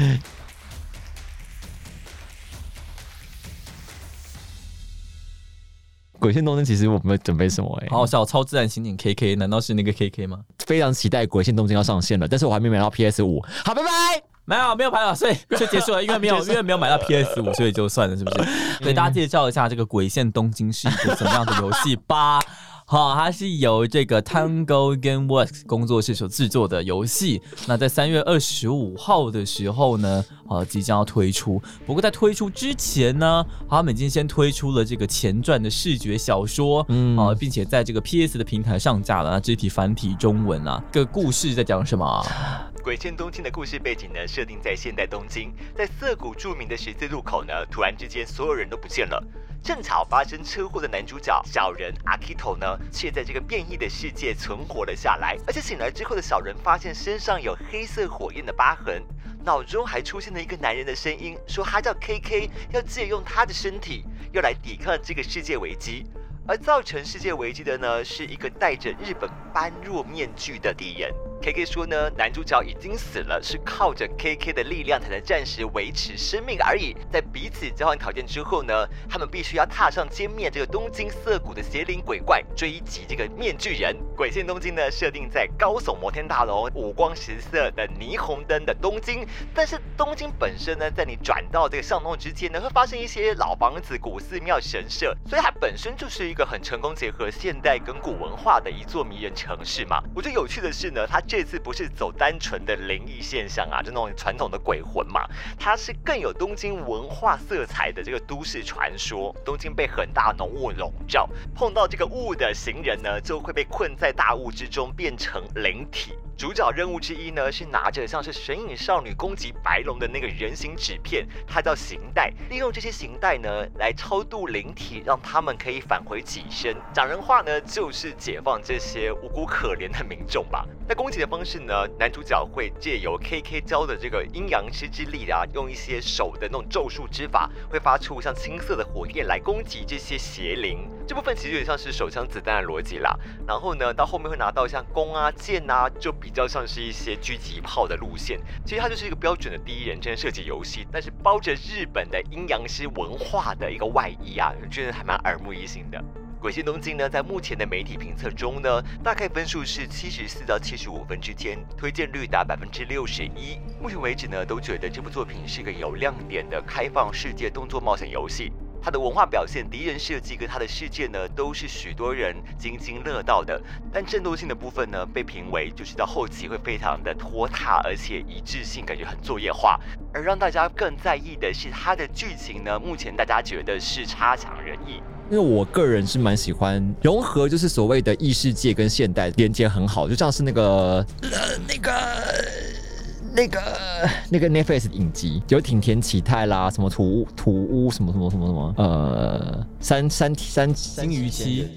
鬼线东京其实我们准备什么、欸？哎， 好好笑！超自然刑警 K K， 难道是那个 K K 吗？ 非常期待鬼线东京要上线了，但是我还没买到 P S 五。好，拜拜。 没有没有排了，所以就结束了，因为没有因为没有买到 P S 五，所以就算了，是不是？所以大家介绍一下这个《鬼线东京》是一个什么样的游戏吧。好，它是由这个 Tango Gameworks 工作室所制作的游戏。那在三月二十五号的时候呢，呃，即将要推出。不过在推出之前呢，他们已经先推出了这个前传的视觉小说，嗯，呃，并且在这个 P S 的平台上架了。那这题繁体中文啊，这个故事在讲什么？ 鬼线东京的故事背景呢，设定在现代东京，在涩谷著名的十字路口呢，突然之间所有人都不见了。正巧发生车祸的男主角小人阿 Kito 呢，却在这个变异的世界存活了下来。而且醒来之后的小人发现身上有黑色火焰的疤痕，脑中还出现了一个男人的声音，说他叫 K K， 要借用他的身体，要来抵抗这个世界危机。而造成世界危机的呢，是一个戴着日本般若面具的敌人。K K 说呢，男主角已经死了，是靠着 K K 的力量才能暂时维持生命而已。在彼此交换条件之后呢，他们必须要踏上歼灭这个东京涩谷的邪灵鬼怪，追击这个面具人。鬼线东京呢，设定在高耸摩天大楼、五光十色的霓虹灯的东京。但是东京本身呢，在你转到这个巷弄之间呢，会发生一些老房子、古寺庙、神社，所以它本身就是一个很成功结合现代跟古文化的一座迷人城市嘛。我觉得有趣的是呢，它这次不是走单纯的灵异现象啊，就那种传统的鬼魂嘛，它是更有东京文化色彩的这个都市传说。东京被很大浓雾笼罩，碰到这个雾的行人呢，就会被困在大雾之中，变成灵体。主角任务之一呢，是拿着像是神隐少女攻击白龙的那个人形纸片，它叫形带，利用这些形带呢来超度灵体，让他们可以返回己身。讲人话呢，就是解放这些无辜可怜的民众吧。在攻击的方式呢，男主角会借由 K K 教的这个阴阳师之力啊，用一些手的那种咒术之法，会发出像青色的火焰来攻击这些邪灵。这部分其实有点像是手枪子弹的逻辑啦。然后呢，到后面会拿到像弓啊、剑啊，就比较像是一些狙击炮的路线。其实它就是一个标准的第一人称射击游戏，但是包着日本的阴阳师文化的一个外衣啊，我觉得还蛮耳目一新的。鬼线东京呢，在目前的媒体评测中呢，大概分数是七十四到七十五分之间，推荐率达百分之六十一。目前为止呢，都觉得这部作品是个有亮点的开放世界动作冒险游戏。它的文化表现、敌人设计跟它的世界呢，都是许多人津津乐道的。但战斗性的部分呢，被评为就是到后期会非常的拖沓，而且一致性感觉很作业化。而让大家更在意的是它的剧情呢，目前大家觉得是差强人意。 因为我个人是蛮喜欢融合，就是所谓的异世界跟现代连接很好，就像是那个呃那个。那个那个 Netflix 的影集有挺田启太啦，什么土屋土屋什么什么什么什么呃三三三金鱼期，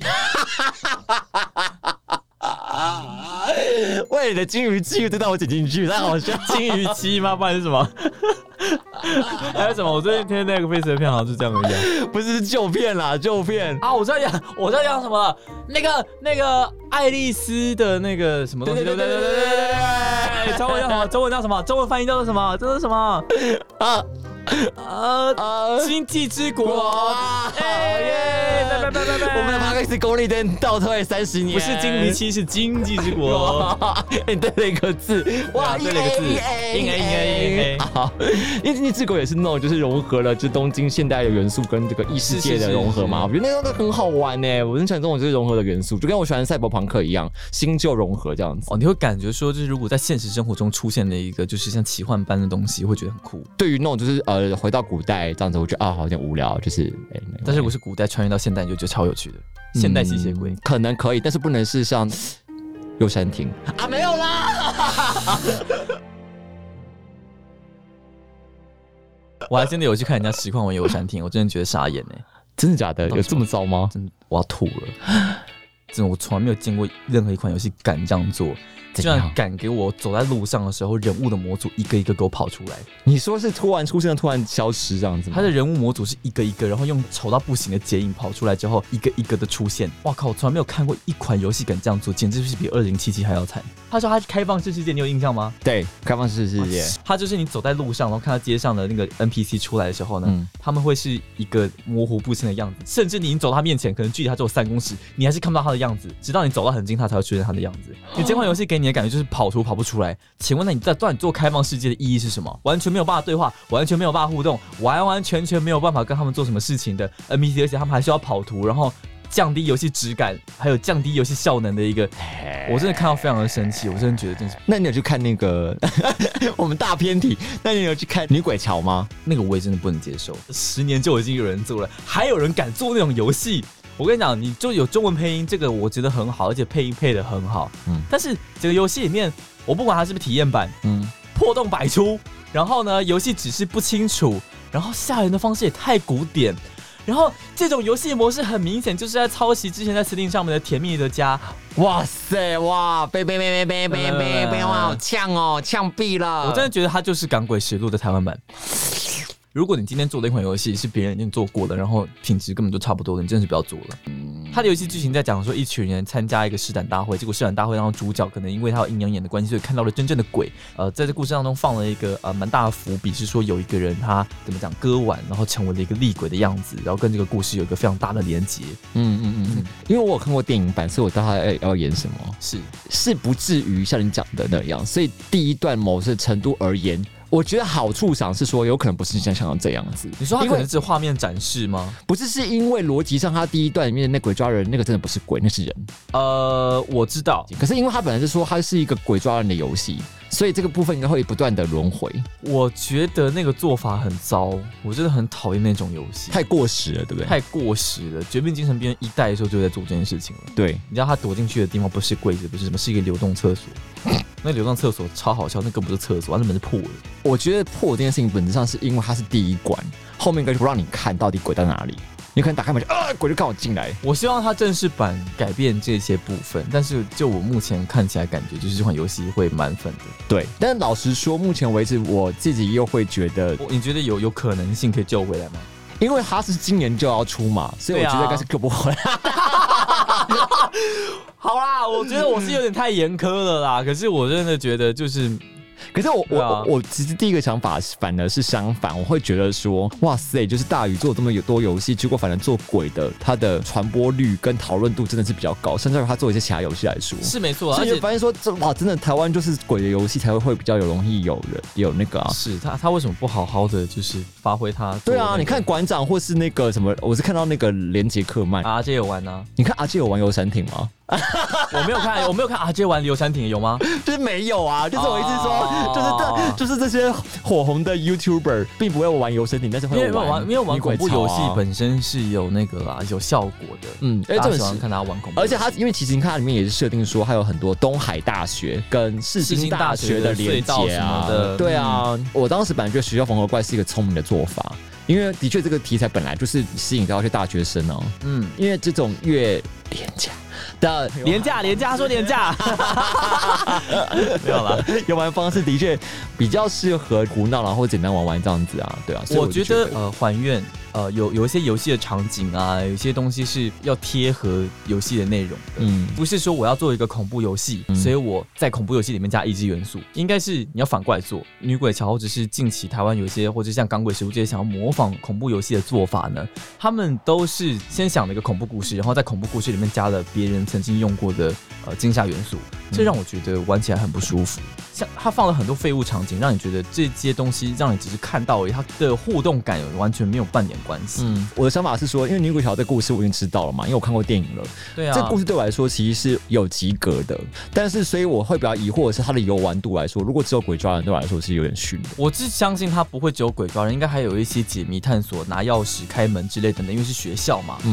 为你的金鱼期就让我剪进去，太好笑。 金鱼期吗？不然是什么？还有什么？我最近听那个 Face 的片好像是这样而已， 不是旧片啦，旧片啊！我知道讲，我知道讲什么了。那个那个爱丽丝的那个什么东西，对不对？对对对对对对。中文叫什么？中文叫什么？中文翻译叫做什么？这是什么？啊呃呃，经济之国。哎耶！拜拜拜拜拜！ 我们的 Podcast 功力真倒退三十年， 不是金鱼期，是经济之国。 你对了一个字， 哇，对了一个字，应 A 应 A 应 A。 好，因为经济之国也是那种就是融合了就东京现代的元素跟这个异世界的融合嘛，我觉得那个很好玩呢。我很喜欢这种就是融合的元素，就跟我喜欢赛博朋克一样，新旧融合这样子。 哦，你会感觉说，就是如果在现实生活中出现了一个就是像奇幻般的东西，会觉得很酷。 对于那种就是呃回到古代这样子，我觉得啊好像无聊，就是、欸、 但是如果是古代穿越到现代，你就觉得超有趣的。现代吸血鬼、 嗯、可能可以，但是不能是像游山亭啊，没有啦。 我还真的有去看人家实况玩游山亭，我真的觉得傻眼哎、欸， 真的假的？有这么糟吗？ 真的，我要吐了。真的，我从来没有见过任何一款游戏敢这样做。居然敢给我走在路上的时候，人物的模组一个一个给我跑出来。 你说是突然出现，突然消失这样子吗？ 他的人物模组是一个一个，然后用丑到不行的剪影跑出来之后，一个一个的出现。哇靠！我从来没有看过一款游戏敢这样做，简直是比二零七七还要惨。他说他是开放式世界，你有印象吗？ 对，开放式世界， 他就是你走在路上，然后看到街上的那个 N P C 出来的时候呢，嗯、他们会是一个模糊不清的样子，甚至你已经走到他面前，可能距离他只有三公尺，你还是看不到他的样子，直到你走到很近，他才会出现他的样子。你这款游戏给你的感觉就是跑图跑不出来。请问那你在到底做开放世界的意义是什么？完全没有办法对话，完全没有办法互动，完完全全没有办法跟他们做什么事情的 N P C， 而且他们还需要跑图，然后降低游戏质感，还有降低游戏效能的一个，我真的看到非常的生气，我真的觉得真是。 那你有去看那个我们大偏题？那你有去看女鬼桥吗？ 那个我也真的不能接受，十年就已经有人做了，还有人敢做那种游戏？我跟你讲，你就有中文配音，这个我觉得很好，而且配音配得很好。嗯，但是这个游戏里面，我不管它是不是体验版，嗯，破洞百出，然后呢，游戏指示不清楚，然后吓人的方式也太古典。然后这种游戏模式很明显就是在抄袭之前在 Steam 上面的《甜蜜的家》。 哇塞，哇，别别别别别别别别，哇，好呛哦，呛毙了！ 我真的觉得它就是《港鬼实录》的台湾版。如果你今天做的一款游戏是别人已经做过的，然后品质根本就差不多的，你真的是不要做了。他的游戏剧情在讲说，一群人参加一个试胆大会，结果试胆大会当中主角可能因为他有阴阳眼的关系，所以看到了真正的鬼。呃，在这故事当中放了一个呃蛮大的伏笔，是说有一个人他怎么讲割腕，然后成为了一个厉鬼的样子，然后跟这个故事有一个非常大的连结。 嗯嗯嗯嗯，因为我有看过电影版，所以我知道他要演什么。 是是不至于像你讲的那样，所以第一段某些程度而言。我觉得好处上是说，有可能不是像想到这样子。 你说他可能是画面展示吗？ 不是，是因为逻辑上，他第一段里面的那鬼抓人，那个真的不是鬼，那是人。 呃，我知道。 可是因为他本来是说它是一个鬼抓人的游戏，所以这个部分应该会不断的轮回。 我觉得那个做法很糟，我真的很讨厌那种游戏， 太过时了，对不对？ 太过时了。绝命精神病一代的时候就在做这件事情了。 对， 你知道他躲进去的地方不是柜子，不是什么，是一个流动厕所。那流动厕所超好笑，那根本不是厕所，那门是破的。 我觉得破这件事情本质上是因为它是第一关，后面应该就不让你看到底鬼在哪里。你可能打开门就啊，鬼就刚好进来。 我希望它正式版改变这些部分，但是就我目前看起来感觉，就是这款游戏会满粉的。 对，但是老实说，目前为止我自己又会觉得， 你觉得有有可能性可以救回来吗？ 因为它是今年就要出嘛，所以我觉得应该是救不回来。 好啦，我觉得我是有点太严苛了啦，可是我真的觉得就是。 可是我、啊、我我其实第一个想法反而是相反，我会觉得说，哇塞，就是大宇做这么多游戏，结果反正做鬼的，它的传播率跟讨论度真的是比较高，甚至于他做一些其他游戏来说， 是没错。 所以就发现说，这哇，真的台湾就是鬼的游戏才会会比较有容易有人有那个啊。 是他他为什么不好好的就是发挥他、那个？ 对啊，你看馆长或是那个什么，我是看到那个连杰克曼阿杰有玩啊， 你看阿杰有玩游山艇吗？ 我没有看，我没有看阿杰玩游山艇有吗？ 就是没有啊，就是我一直说，哦、就是这就是这些火红的 YouTuber 并不会玩游山艇，但是会玩， 因为玩恐怖游戏本身是有那个啦，有效果的。嗯， 哎，这喜欢看他玩恐怖， 而且他因为其实你看它里面也是设定说，还有很多东海大学跟世新大学的连结啊，对啊，嗯、我当时本来觉得学校缝合怪是一个聪明的做法。因为的确这个题材本来就是吸引到一些大学生哦，嗯，因为这种越廉价的廉价廉价，他说廉价，没有啦， 游玩方式的确比较适合胡闹然后简单玩玩这样子啊，对啊，所以我觉得呃还愿呃有有一些游戏的场景啊，有一些东西是要贴合游戏的内容的，嗯，不是说我要做一个恐怖游戏，嗯、所以我在恐怖游戏里面加益智元素，应该是你要反过来做。女鬼桥或者是近期台湾有一些或者像港鬼食物这些想要模仿恐怖游戏的做法呢，他们都是先想了一个恐怖故事，然后在恐怖故事里面加了别人曾经用过的呃惊吓元素，这让我觉得玩起来很不舒服。像他放了很多废物场景，让你觉得这些东西让你只是看到而已，它的互动感完全没有半点关系。嗯， 我的想法是说，因为女鬼桥的故事我已经知道了嘛，因为我看过电影了。 对啊， 这故事对我来说其实是有及格的，但是所以我会比较疑惑的是它的游玩度来说，如果只有鬼抓人对我来说是有点逊的。 我是相信它不会只有鬼抓人，应该还有一些解谜探索、拿钥匙开门之类的，因为是学校嘛。嗯。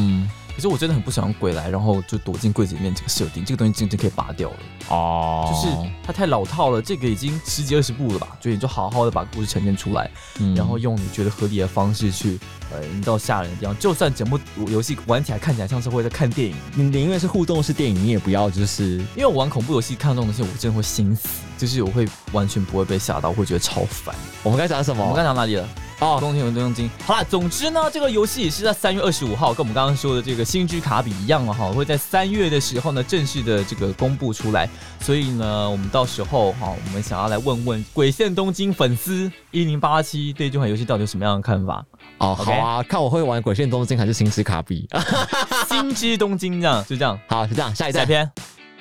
可是我真的很不喜欢鬼来，然后就躲进柜子里面这个设定，这个东西真的可以拔掉了哦。就是它太老套了，这个已经十几二十部了吧，所以你就好好的把故事呈现出来，嗯、然后用你觉得合理的方式去呃营造吓人的地方。就算整部游戏玩起来看起来像是会在看电影， 你宁愿是互动式电影，你也不要就是因为我玩恐怖游戏看这种东西，我真的会心死，就是我会完全不会被吓到，我会觉得超烦。 我们刚才讲什么？ 我们刚才讲哪里了？哦，东京东京。好啦，总之呢，这个游戏也是在三月二十五号，跟我们刚刚说的这个星之卡比一样哦，哈，会在三月的时候呢正式的这个公布出来。所以呢，我们到时候哈，我们想要来问问鬼线东京粉丝一零八七对这款游戏到底有什么样的看法？ 哦， okay? 好啊，看我会玩鬼线东京还是星之卡比？ 星之东京这样，就这样。 好，就这样，下一站。 下篇。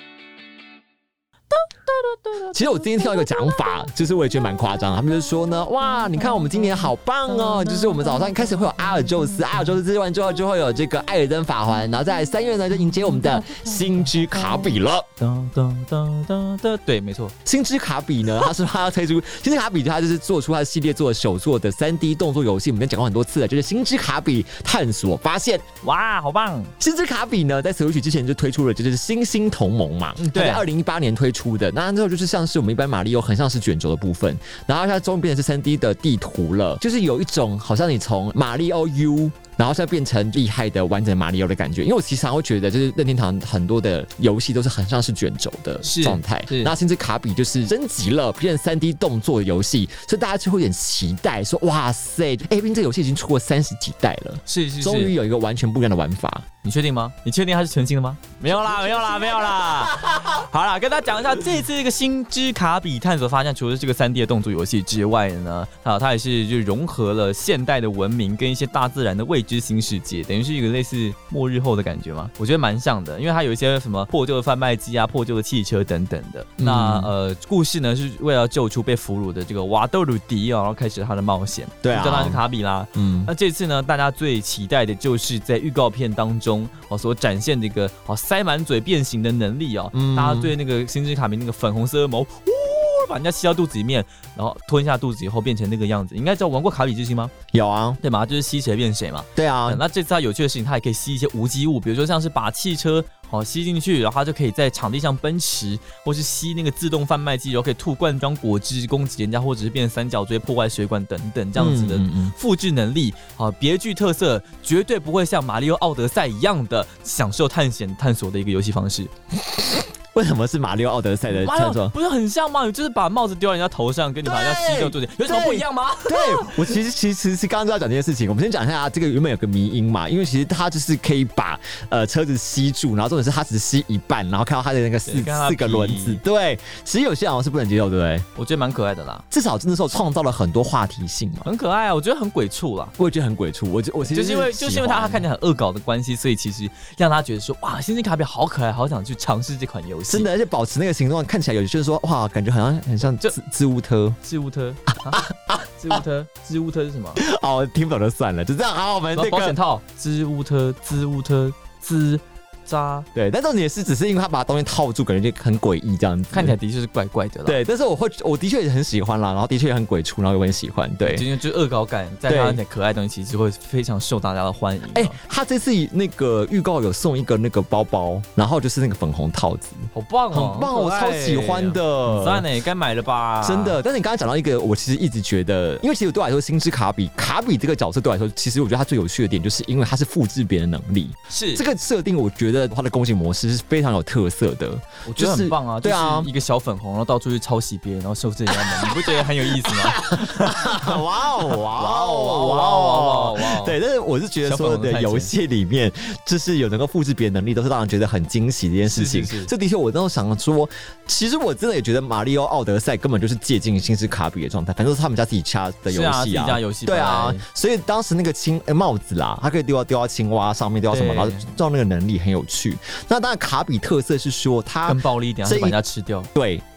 其实我今天听到一个讲法，就是我也觉得蛮夸张。他们就说呢，哇，你看我们今年好棒哦，就是我们早上开始会有阿尔宙斯，阿尔宙斯之完之后就会有这个艾尔登法环，然后在三月呢就迎接我们的星之卡比了。 对，没错， 星之卡比呢，他说他要推出星之卡比，他就是做出他的系列做的首作的三 D 动作游戏。我们已经讲过很多次了，就是星之卡比探索发现。 哇，好棒！ 星之卡比呢，在 Switch 之前就推出了，就是星星同盟嘛，嗯、对，在二零一八年推出的。那之后就是像是我们一般马里奥很像是卷轴的部分，然后它终于变成是三 D 的地图了，就是有一种好像你从马里奥 U。然后现在变成厉害的完整马里奥的感觉，因为我其实常会觉得，就是任天堂很多的游戏都是很像是卷轴的状态，那甚至卡比就是升级了，变成三 D 动作的游戏，所以大家就会有点期待，说哇塞，哎，毕竟这个游戏已经出过三十几代了， 是是是， 终于有一个完全不一样的玩法。 你确定吗？你确定它是全新的吗？没有啦，没有啦，没有啦。好啦，跟大家讲一下，这次这个星之卡比探索发现，除了这个三 D 的动作游戏之外呢，啊，它也是就融合了现代的文明跟一些大自然的未知新世界，等于是一个类似末日后的感觉嘛。我觉得蛮像的，因为它有一些什么破旧的贩卖机啊、破旧的汽车等等的。嗯、那呃，故事呢是为了救出被俘虏的这个瓦多鲁迪啊，然后开始他的冒险。 对啊， 就叫他是卡比啦。嗯，那这次呢，大家最期待的就是在预告片当中。哦，所展现的一个哦塞满嘴变形的能力哦，嗯、大家对那个星之卡比那个粉红色的毛，把人家吸到肚子里面，然后吞下肚子以后变成那个样子。你应该知道玩过卡比之心吗？ 有啊， 对嘛，就是吸谁变谁嘛。 对啊、嗯， 那这次它有趣的事情，它也可以吸一些无机物，比如说像是把汽车哦吸进去，然后它就可以在场地上奔驰，或是吸那个自动贩卖机，然后可以吐罐装果汁攻击人家，或者是变成三角锥破坏水管等等这样子的复制能力啊，别具特色，绝对不会像马里奥奥德赛一样的享受探险探索的一个游戏方式。 为什么是马里奥奥德赛的探索？ 不是很像吗？就是把帽子丢到人家头上，跟你把人家吸到肚子，有什么不一样吗？ 对，我其实其实是刚刚就要讲这件事情。我们先讲一下这个原本有个迷因嘛，因为其实它就是可以把呃车子吸住，然后重点是它只吸一半，然后看到它的那个四四个轮子。对，其实有些人好像是不能接受，对不对？ 我觉得蛮可爱的啦， 至少那时候创造了很多话题性嘛， 很可爱啊，我觉得很鬼畜啦， 我也觉得很鬼畜。我我其实就是因为就是因为它看起来很恶搞的关系，所以其实让他觉得说哇，星之卡比好可爱，好想去尝试这款游戏。 真的，而且保持那个形状看起来有就是说哇，感觉好像很像兹兹乌特， 兹乌特，兹乌特，兹乌特是什么？ 哦，听不懂就算了，就这样。好，我们那个保险套，兹乌特，兹乌特，兹。 对，但重点是只是因为他把东西套住，感觉就很诡异这样子， 看起来的确是怪怪的啦。 对，但是我会，我的确也很喜欢啦，然后的确也很鬼畜，然后我很喜欢。对， 就就恶搞感，在他那可爱的东西，其实会非常受大家的欢迎。 哎、欸，他这次那个预告有送一个那个包包，然后就是那个粉红套子， 好棒哦， 很棒，我超喜欢的。 很赞呢，该买了吧？ 真的。但是你刚才讲到一个，我其实一直觉得，因为其实对我来说，星之卡比卡比这个角色对我来说，其实我觉得他最有趣的点，就是因为他是复制别人的能力。 是这个设定，我觉得他的攻击模式是非常有特色的， 我觉得很棒啊！ 就是、对啊， 就是一个小粉红，然后到处去抄袭别人，然后收拾人家门，你不觉得很有意思吗？ 哇哦哇哦哇哦哇哦！对，但是我是觉得所有的游戏里面，就是有能够复制别人能力，都是让人觉得很惊喜的一件事情。是是是，这的确，我那时候想说，其实我真的也觉得马里奥奥德赛根本就是借鉴星之卡比的状态，反正是他们家自己掐的游戏啊， 自己家游戏。 对啊，所以当时那个青、欸、帽子啦，它可以丢到丢到青蛙上面，丢到什么，然后造那个能力很有趣。那当然，卡比特色是说它更暴力一点，它把人家吃掉。 对，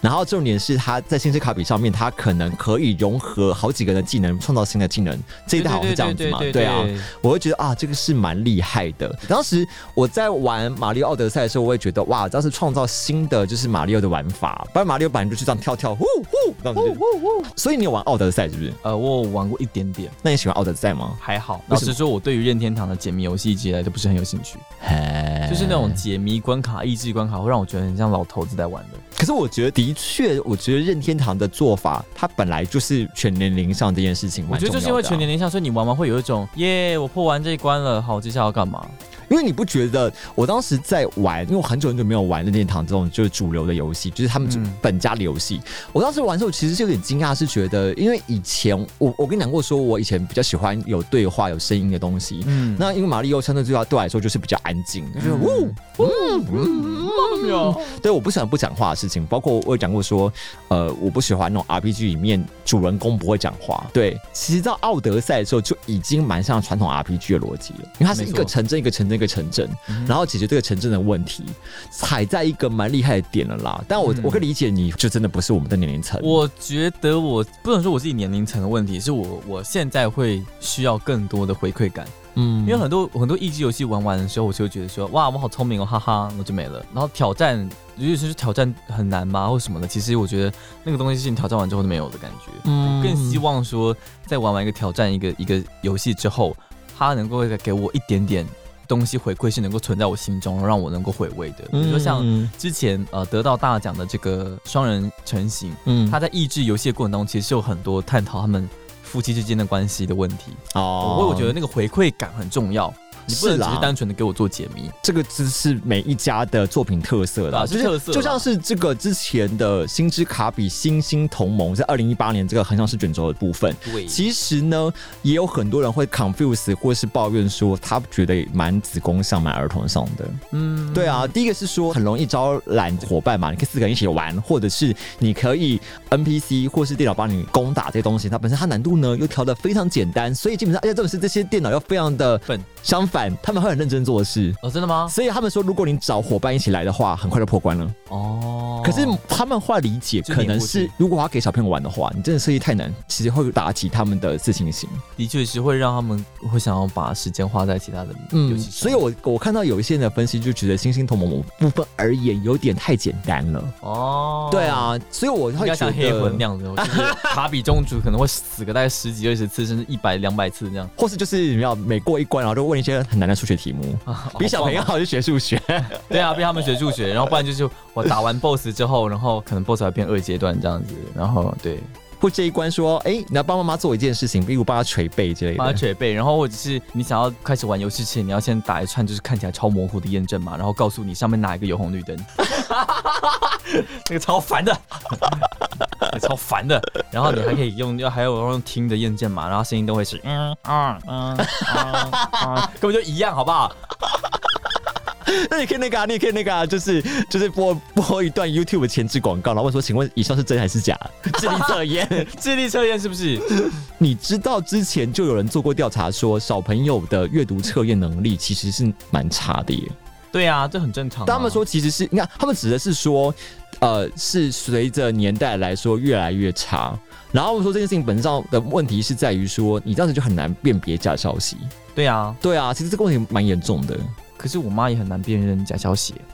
然后重点是它在星之卡比上面，它可能可以融合好几个人的技能，创造新的技能。这一代好像是这样子嘛？对啊，我会觉得啊，这个是蛮厉害的。当时我在玩马里奥奥德赛的时候，我会觉得哇，这是创造新的就是马里奥的玩法，不然马里奥本来就是这样跳跳呼呼这样子。所以你有玩奥德赛是不是？ 呃，我有玩过一点点。 那你喜欢奥德赛吗？ 还好。老实说，我对于任天堂的解谜游戏一直以来都不是很有兴趣。就是那种解谜关卡、益智关卡，会让我觉得很像老头子在玩的。 可是我觉得，的确，我觉得任天堂的做法，它本来就是全年龄上这件事情蛮重要的、啊。我觉得就是因为全年龄上，所以你玩完会有一种耶，我破完这一关了，好，接下来要干嘛？ 因为你不觉得我当时在玩，因为我很久很久没有玩任天堂这种就是主流的游戏，就是他们本家的游戏、嗯。我当时玩的时候，其实就有点惊讶，是觉得，因为以前我我跟你讲过，说我以前比较喜欢有对话、有声音的东西。嗯，那因为马里奥相对对对我来说就是比较安静，就是呜呜呜，对，我不喜欢不讲话的事情。包括我有讲过说，呃，我不喜欢那种 R P G 里面主人公不会讲话。对，其实到奥德赛的时候就已经蛮像传统 R P G 的逻辑了，因为它是一个城镇一个城镇一个城镇，然后解决这个城镇的问题，踩在一个蛮厉害的点了啦。但我、嗯、我可以理解你，就真的不是我们的年龄层。 我觉得我不能说我自己年龄层的问题，是我我现在会需要更多的回馈感。嗯，因为很多很多益智游戏玩完的时候，我就会觉得说，哇，我好聪明哦，哈哈，我就没了。然后挑战，尤其是挑战很难吗，或什么的，其实我觉得那个东西是你挑战完之后都没有的感觉。嗯，我更希望说，在玩完一个挑战一个一个游戏之后，它能够给我一点点东西回馈，是能够存在我心中，让我能够回味的。比如说像之前呃得到大奖的这个双人成行，嗯，它在益智游戏的过程当中，其实是有很多探讨他们夫妻之间的关系的问题哦，我我觉得那个回馈感很重要。你不能只是单纯的给我做解谜， 这个只是每一家的作品特色啦， 是特色， 就像是这个之前的星之卡比星星同盟，在二零一八年这个横向式卷轴的部分，对，其实呢也有很多人会 confuse 或是抱怨说，他觉得蛮子宫上蛮儿童上的，嗯，对啊，第一个是说很容易招揽伙伴嘛，你可以四个人一起玩，或者是你可以 N P C 或是电脑帮你攻打这些东西，它本身它难度呢又调得非常简单，所以基本上而且这种是这些电脑又非常的笨，相反他们会很认真做事哦，真的吗？ 所以他们说，如果你找伙伴一起来的话，很快就破关了哦。可是他们后来理解，可能是如果要给小朋友玩的话，你真的设计太难，其实会打击他们的自信心。 的确是会让他们会想要把时间花在其他的游戏上。嗯， 所以我我看到有一些人的分析，就觉得星星同盟某部分而言有点太简单了哦。对啊，所以我会觉得像黑魂那样子，就是卡比宗主可能会死个大概十几二十次，甚至一百两百次这样， 或是就是你要每过一关，然后就问一些很难的数学题目，啊、比小朋友好去学数学。 对啊，逼他们学数学，然后不然就是我打完 B O S S 之后，然后可能 B O S S 还变二阶段这样子，然后对。 或这一关说，哎、欸，你要帮妈妈做一件事情，比如帮她捶背之类的， 帮她捶背，然后或者是你想要开始玩游戏前，你要先打一串就是看起来超模糊的验证码，然后告诉你上面哪一个有红绿灯，那个超烦的，超烦的。然后你还可以用，还有用听的验证码，然后声音都会是嗯嗯嗯嗯嗯，根本就一样，好不好？ 那你可以那个、啊，你也可以那个、啊，就是就是播播一段 YouTube 前置广告，然后问说，请问以上是真还是假？智力测验， 智力测验是不是？ 你知道之前就有人做过调查，说小朋友的阅读测验能力其实是蛮差的耶。 对啊，这很正常、啊。 但他们说其实是，你看他们指的是说，呃，是随着年代来说越来越差。然后我们说这件事情本质上的问题是在于说，你这样子就很难辨别假消息。 对啊， 对啊，其实这个问题蛮严重的。 可是我妈也很难辨认假消息。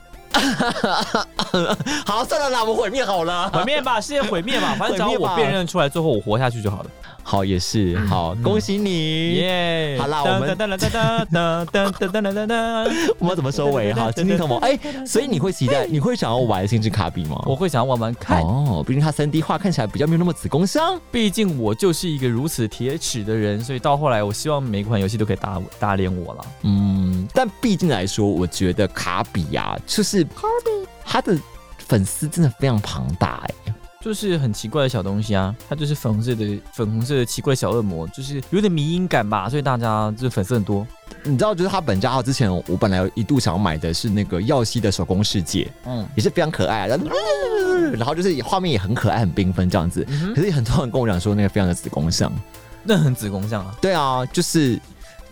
好，算了啦，我们毁灭好了， 毁灭吧，世界毁灭吧，反正只要我辨认出来，最后我活下去就好了。 好，也是好，嗯、恭喜你耶！ Yeah, 好啦，我们我们要怎么收尾？好，星星同盟，哎、欸，所以你会期待，你会想要玩星之卡比吗？ 我会想要玩玩看哦，毕竟它 三 D 画看起来比较没有那么子宫香。 毕竟我就是一个如此铁齿的人，所以到后来，我希望每一款游戏都可以打打脸我啦。 嗯，但毕竟来说，我觉得卡比啊，就是他的粉丝真的非常庞大哎、欸。 就是很奇怪的小东西啊，它就是粉红色的粉红色的奇怪小恶魔，就是有点迷因感吧，所以大家就是粉丝很多。 你知道，就是他本家号之前，我本来一度想要买的是那个耀西的手工世界，嗯，也是非常可爱、啊，然后就是画面也很可爱、很缤纷这样子。嗯、可是很多人跟我讲说，那个非常的子宫像， 那很子宫像啊。 对啊，就是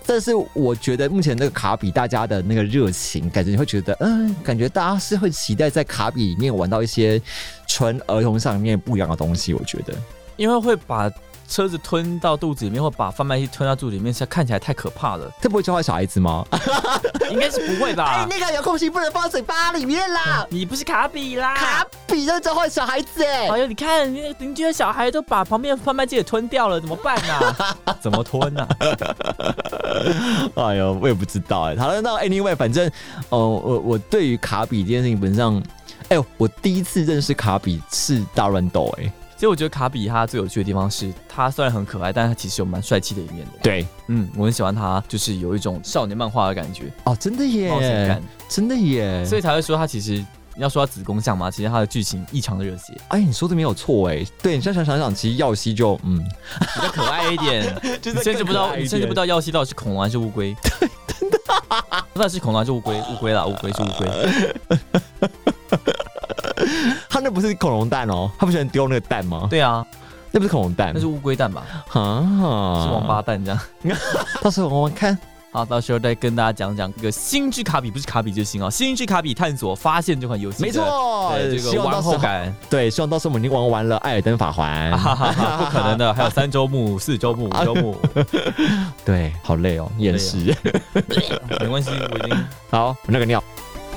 但是我觉得目前那个卡比大家的那个热情，感觉你会觉得，嗯，感觉大家是会期待在卡比里面玩到一些纯儿童上面不一样的东西。我觉得， 因为会把车子吞到肚子里面，或把贩卖机吞到肚子里面，看起来太可怕了。 他不会教坏小孩子吗？ 应该是不会吧？ 哎，那个遥控器不能放嘴巴里面啦！ 你不是卡比啦， 卡比在教坏小孩子哎！ 哎呦，你看邻居的小孩都把旁边的贩卖机也吞掉了，怎么办啊？怎么吞啊？ 哎呦，我也不知道哎。好了，那 anyway， 反正哦、呃，我我对于卡比这件事情本上，哎呦，我第一次认识卡比是大乱斗哎。 其实我觉得卡比他最有趣的地方是，他虽然很可爱，但他其实有蛮帅气的一面的。 对， 嗯，我很喜欢他，就是有一种少年漫画的感觉。 哦，真的耶， 冒险感， 真的耶， 所以才会说他其实要说他子宫像嘛，其实他的剧情异常的热血。 哎，你说的没有错哎，对你现在想想，其实耀西就嗯比较可爱一点， 就是你甚至不知道，你甚至不知道耀西到底是恐龙还是乌龟。 对，真的， 到底是恐龙还是乌龟？乌龟啦，乌龟是乌龟。 他那不是恐龙蛋哦，他不喜欢丢那个蛋吗？ 对啊， 那不是恐龙蛋， 那是乌龟蛋吧？ 啊， 是王八蛋这样。 到时候我们看。 好，到时候再跟大家讲讲这个星之卡比，不是卡比之星哦，星之卡比探索发现这款游戏， 没错， 对这个玩后感， 对，希望到时候我们已经玩完了《艾尔登法环》 不可能的，还有三周目、四周目、五周目， 对，好累哦，厌世， 没关系，我已经好，我那个尿。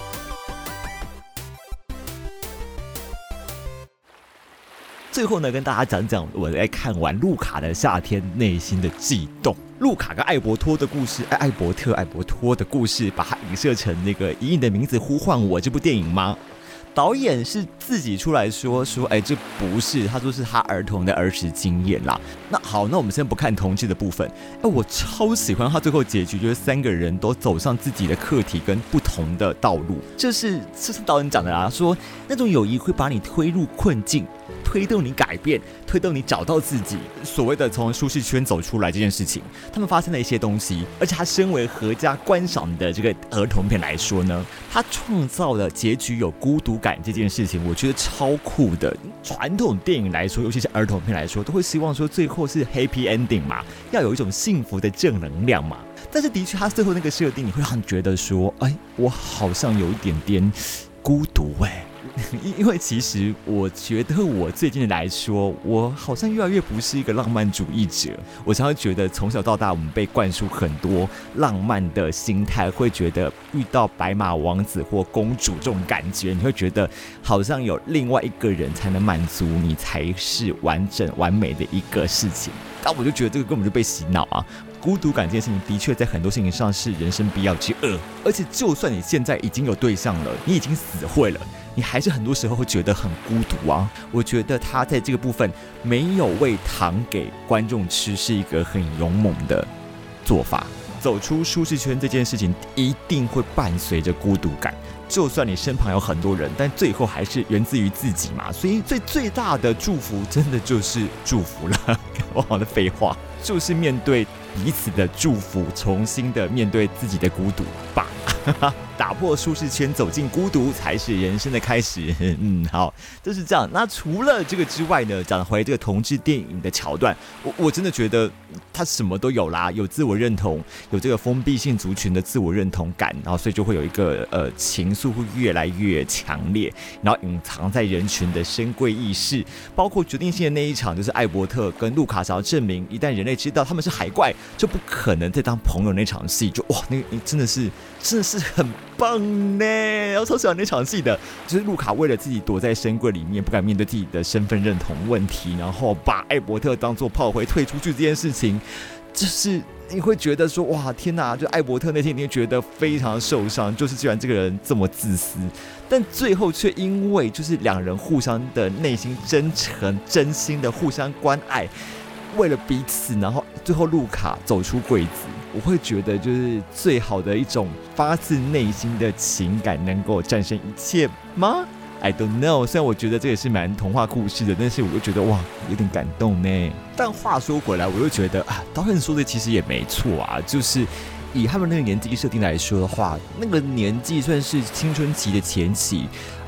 最后呢，跟大家讲讲我在看完路卡的夏天内心的悸动。路卡跟艾伯托的故事，艾伯特、艾伯托的故事，把它影射成那个《以你的名字呼唤我》这部电影吗？导演是自己出来说说，哎，这不是，他说是他儿童的儿时经验啦。那好，那我们先不看同志的部分。哎，我超喜欢他最后结局，就是三个人都走上自己的课题跟不同的道路。这是这是导演讲的啦，说那种友谊会把你推入困境，推动你改变，推动你找到自己。所谓的从舒适圈走出来这件事情，他们发生了一些东西，而且他身为合家观赏的这个儿童片来说呢，他创造了结局有孤独感这件事情，我觉得超酷的。传统电影来说，尤其是儿童片来说，都会希望说最后是 happy ending 嘛，要有一种幸福的正能量嘛。但是的确，他最后那个设定，你会让你觉得说，哎，我好像有一点点孤独哎、欸。因为其实我觉得我最近来说，我好像越来越不是一个浪漫主义者。我常常觉得从小到大我们被灌输很多浪漫的心态，会觉得遇到白马王子或公主这种感觉，你会觉得好像有另外一个人才能满足你，才是完整完美的一个事情。但我就觉得这个根本就被洗脑啊！孤独感这件事情的确在很多事情上是人生必要之恶，而且就算你现在已经有对象了，你已经死会了，你还是很多时候会觉得很孤独啊。我觉得他在这个部分没有喂糖给观众吃，是一个很勇猛的做法。走出舒适圈这件事情一定会伴随着孤独感，就算你身旁有很多人，但最后还是源自于自己嘛。所以最最大的祝福真的就是祝福了，我好的废话，就是面对彼此的祝福，重新的面对自己的孤独吧。打破舒适圈，走进孤独，才是人生的开始。嗯，好，就是这样。那除了这个之外呢，讲回这个同志电影的桥段，我我真的觉得它什么都有啦，有自我认同，有这个封闭性族群的自我认同感，然后所以就会有一个呃情愫会越来越强烈，然后隐藏在人群的深贵意识，包括决定性的那一场，就是艾伯特跟路卡想要证明，一旦人类知道他们是海怪，就不可能再当朋友那场戏，就哇，那个真的是真的是很棒呢！然后超喜欢那场戏的，就是路卡为了自己躲在深柜里面，不敢面对自己的身份认同问题，然后把艾伯特当作炮灰退出去这件事情，就是你会觉得说哇天哪！就艾伯特那天你会觉得非常受伤，就是居然这个人这么自私，但最后却因为就是两人互相的内心真诚、真心的互相关爱，为了彼此，然后最后路卡走出柜子。我会觉得就是最好的一种发自内心的情感能够战胜一切吗？ I don't know， 虽然我觉得这也是蛮童话故事的，但是我就觉得哇有点感动呢。但话说回来，我又觉得啊，导演说的其实也没错啊，就是以他们那个年纪设定来说的话，那个年纪算是青春期的前期，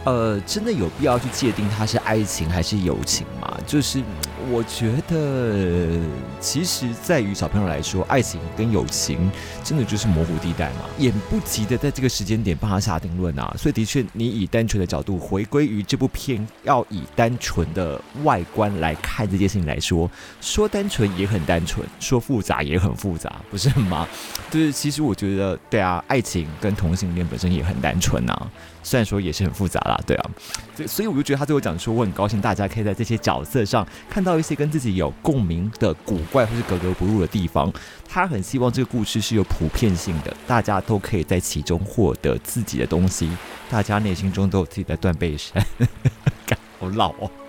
呃，真的有必要去界定它是爱情还是友情吗？就是我觉得，其实在于小朋友来说，爱情跟友情真的就是模糊地带嘛，也不急的在这个时间点帮他下定论啊。所以的确，你以单纯的角度回归于这部片，要以单纯的外观来看这件事情来说，说单纯也很单纯，说复杂也很复杂，不是吗？就是其实我觉得，对啊，爱情跟同性恋本身也很单纯啊。虽然说也是很复杂啦，对啊，所以我就觉得他最后讲说，我很高兴大家可以在这些角色上看到一些跟自己有共鸣的古怪或是格格不入的地方。他很希望这个故事是有普遍性的，大家都可以在其中获得自己的东西，大家内心中都有自己的断背山。好老哦。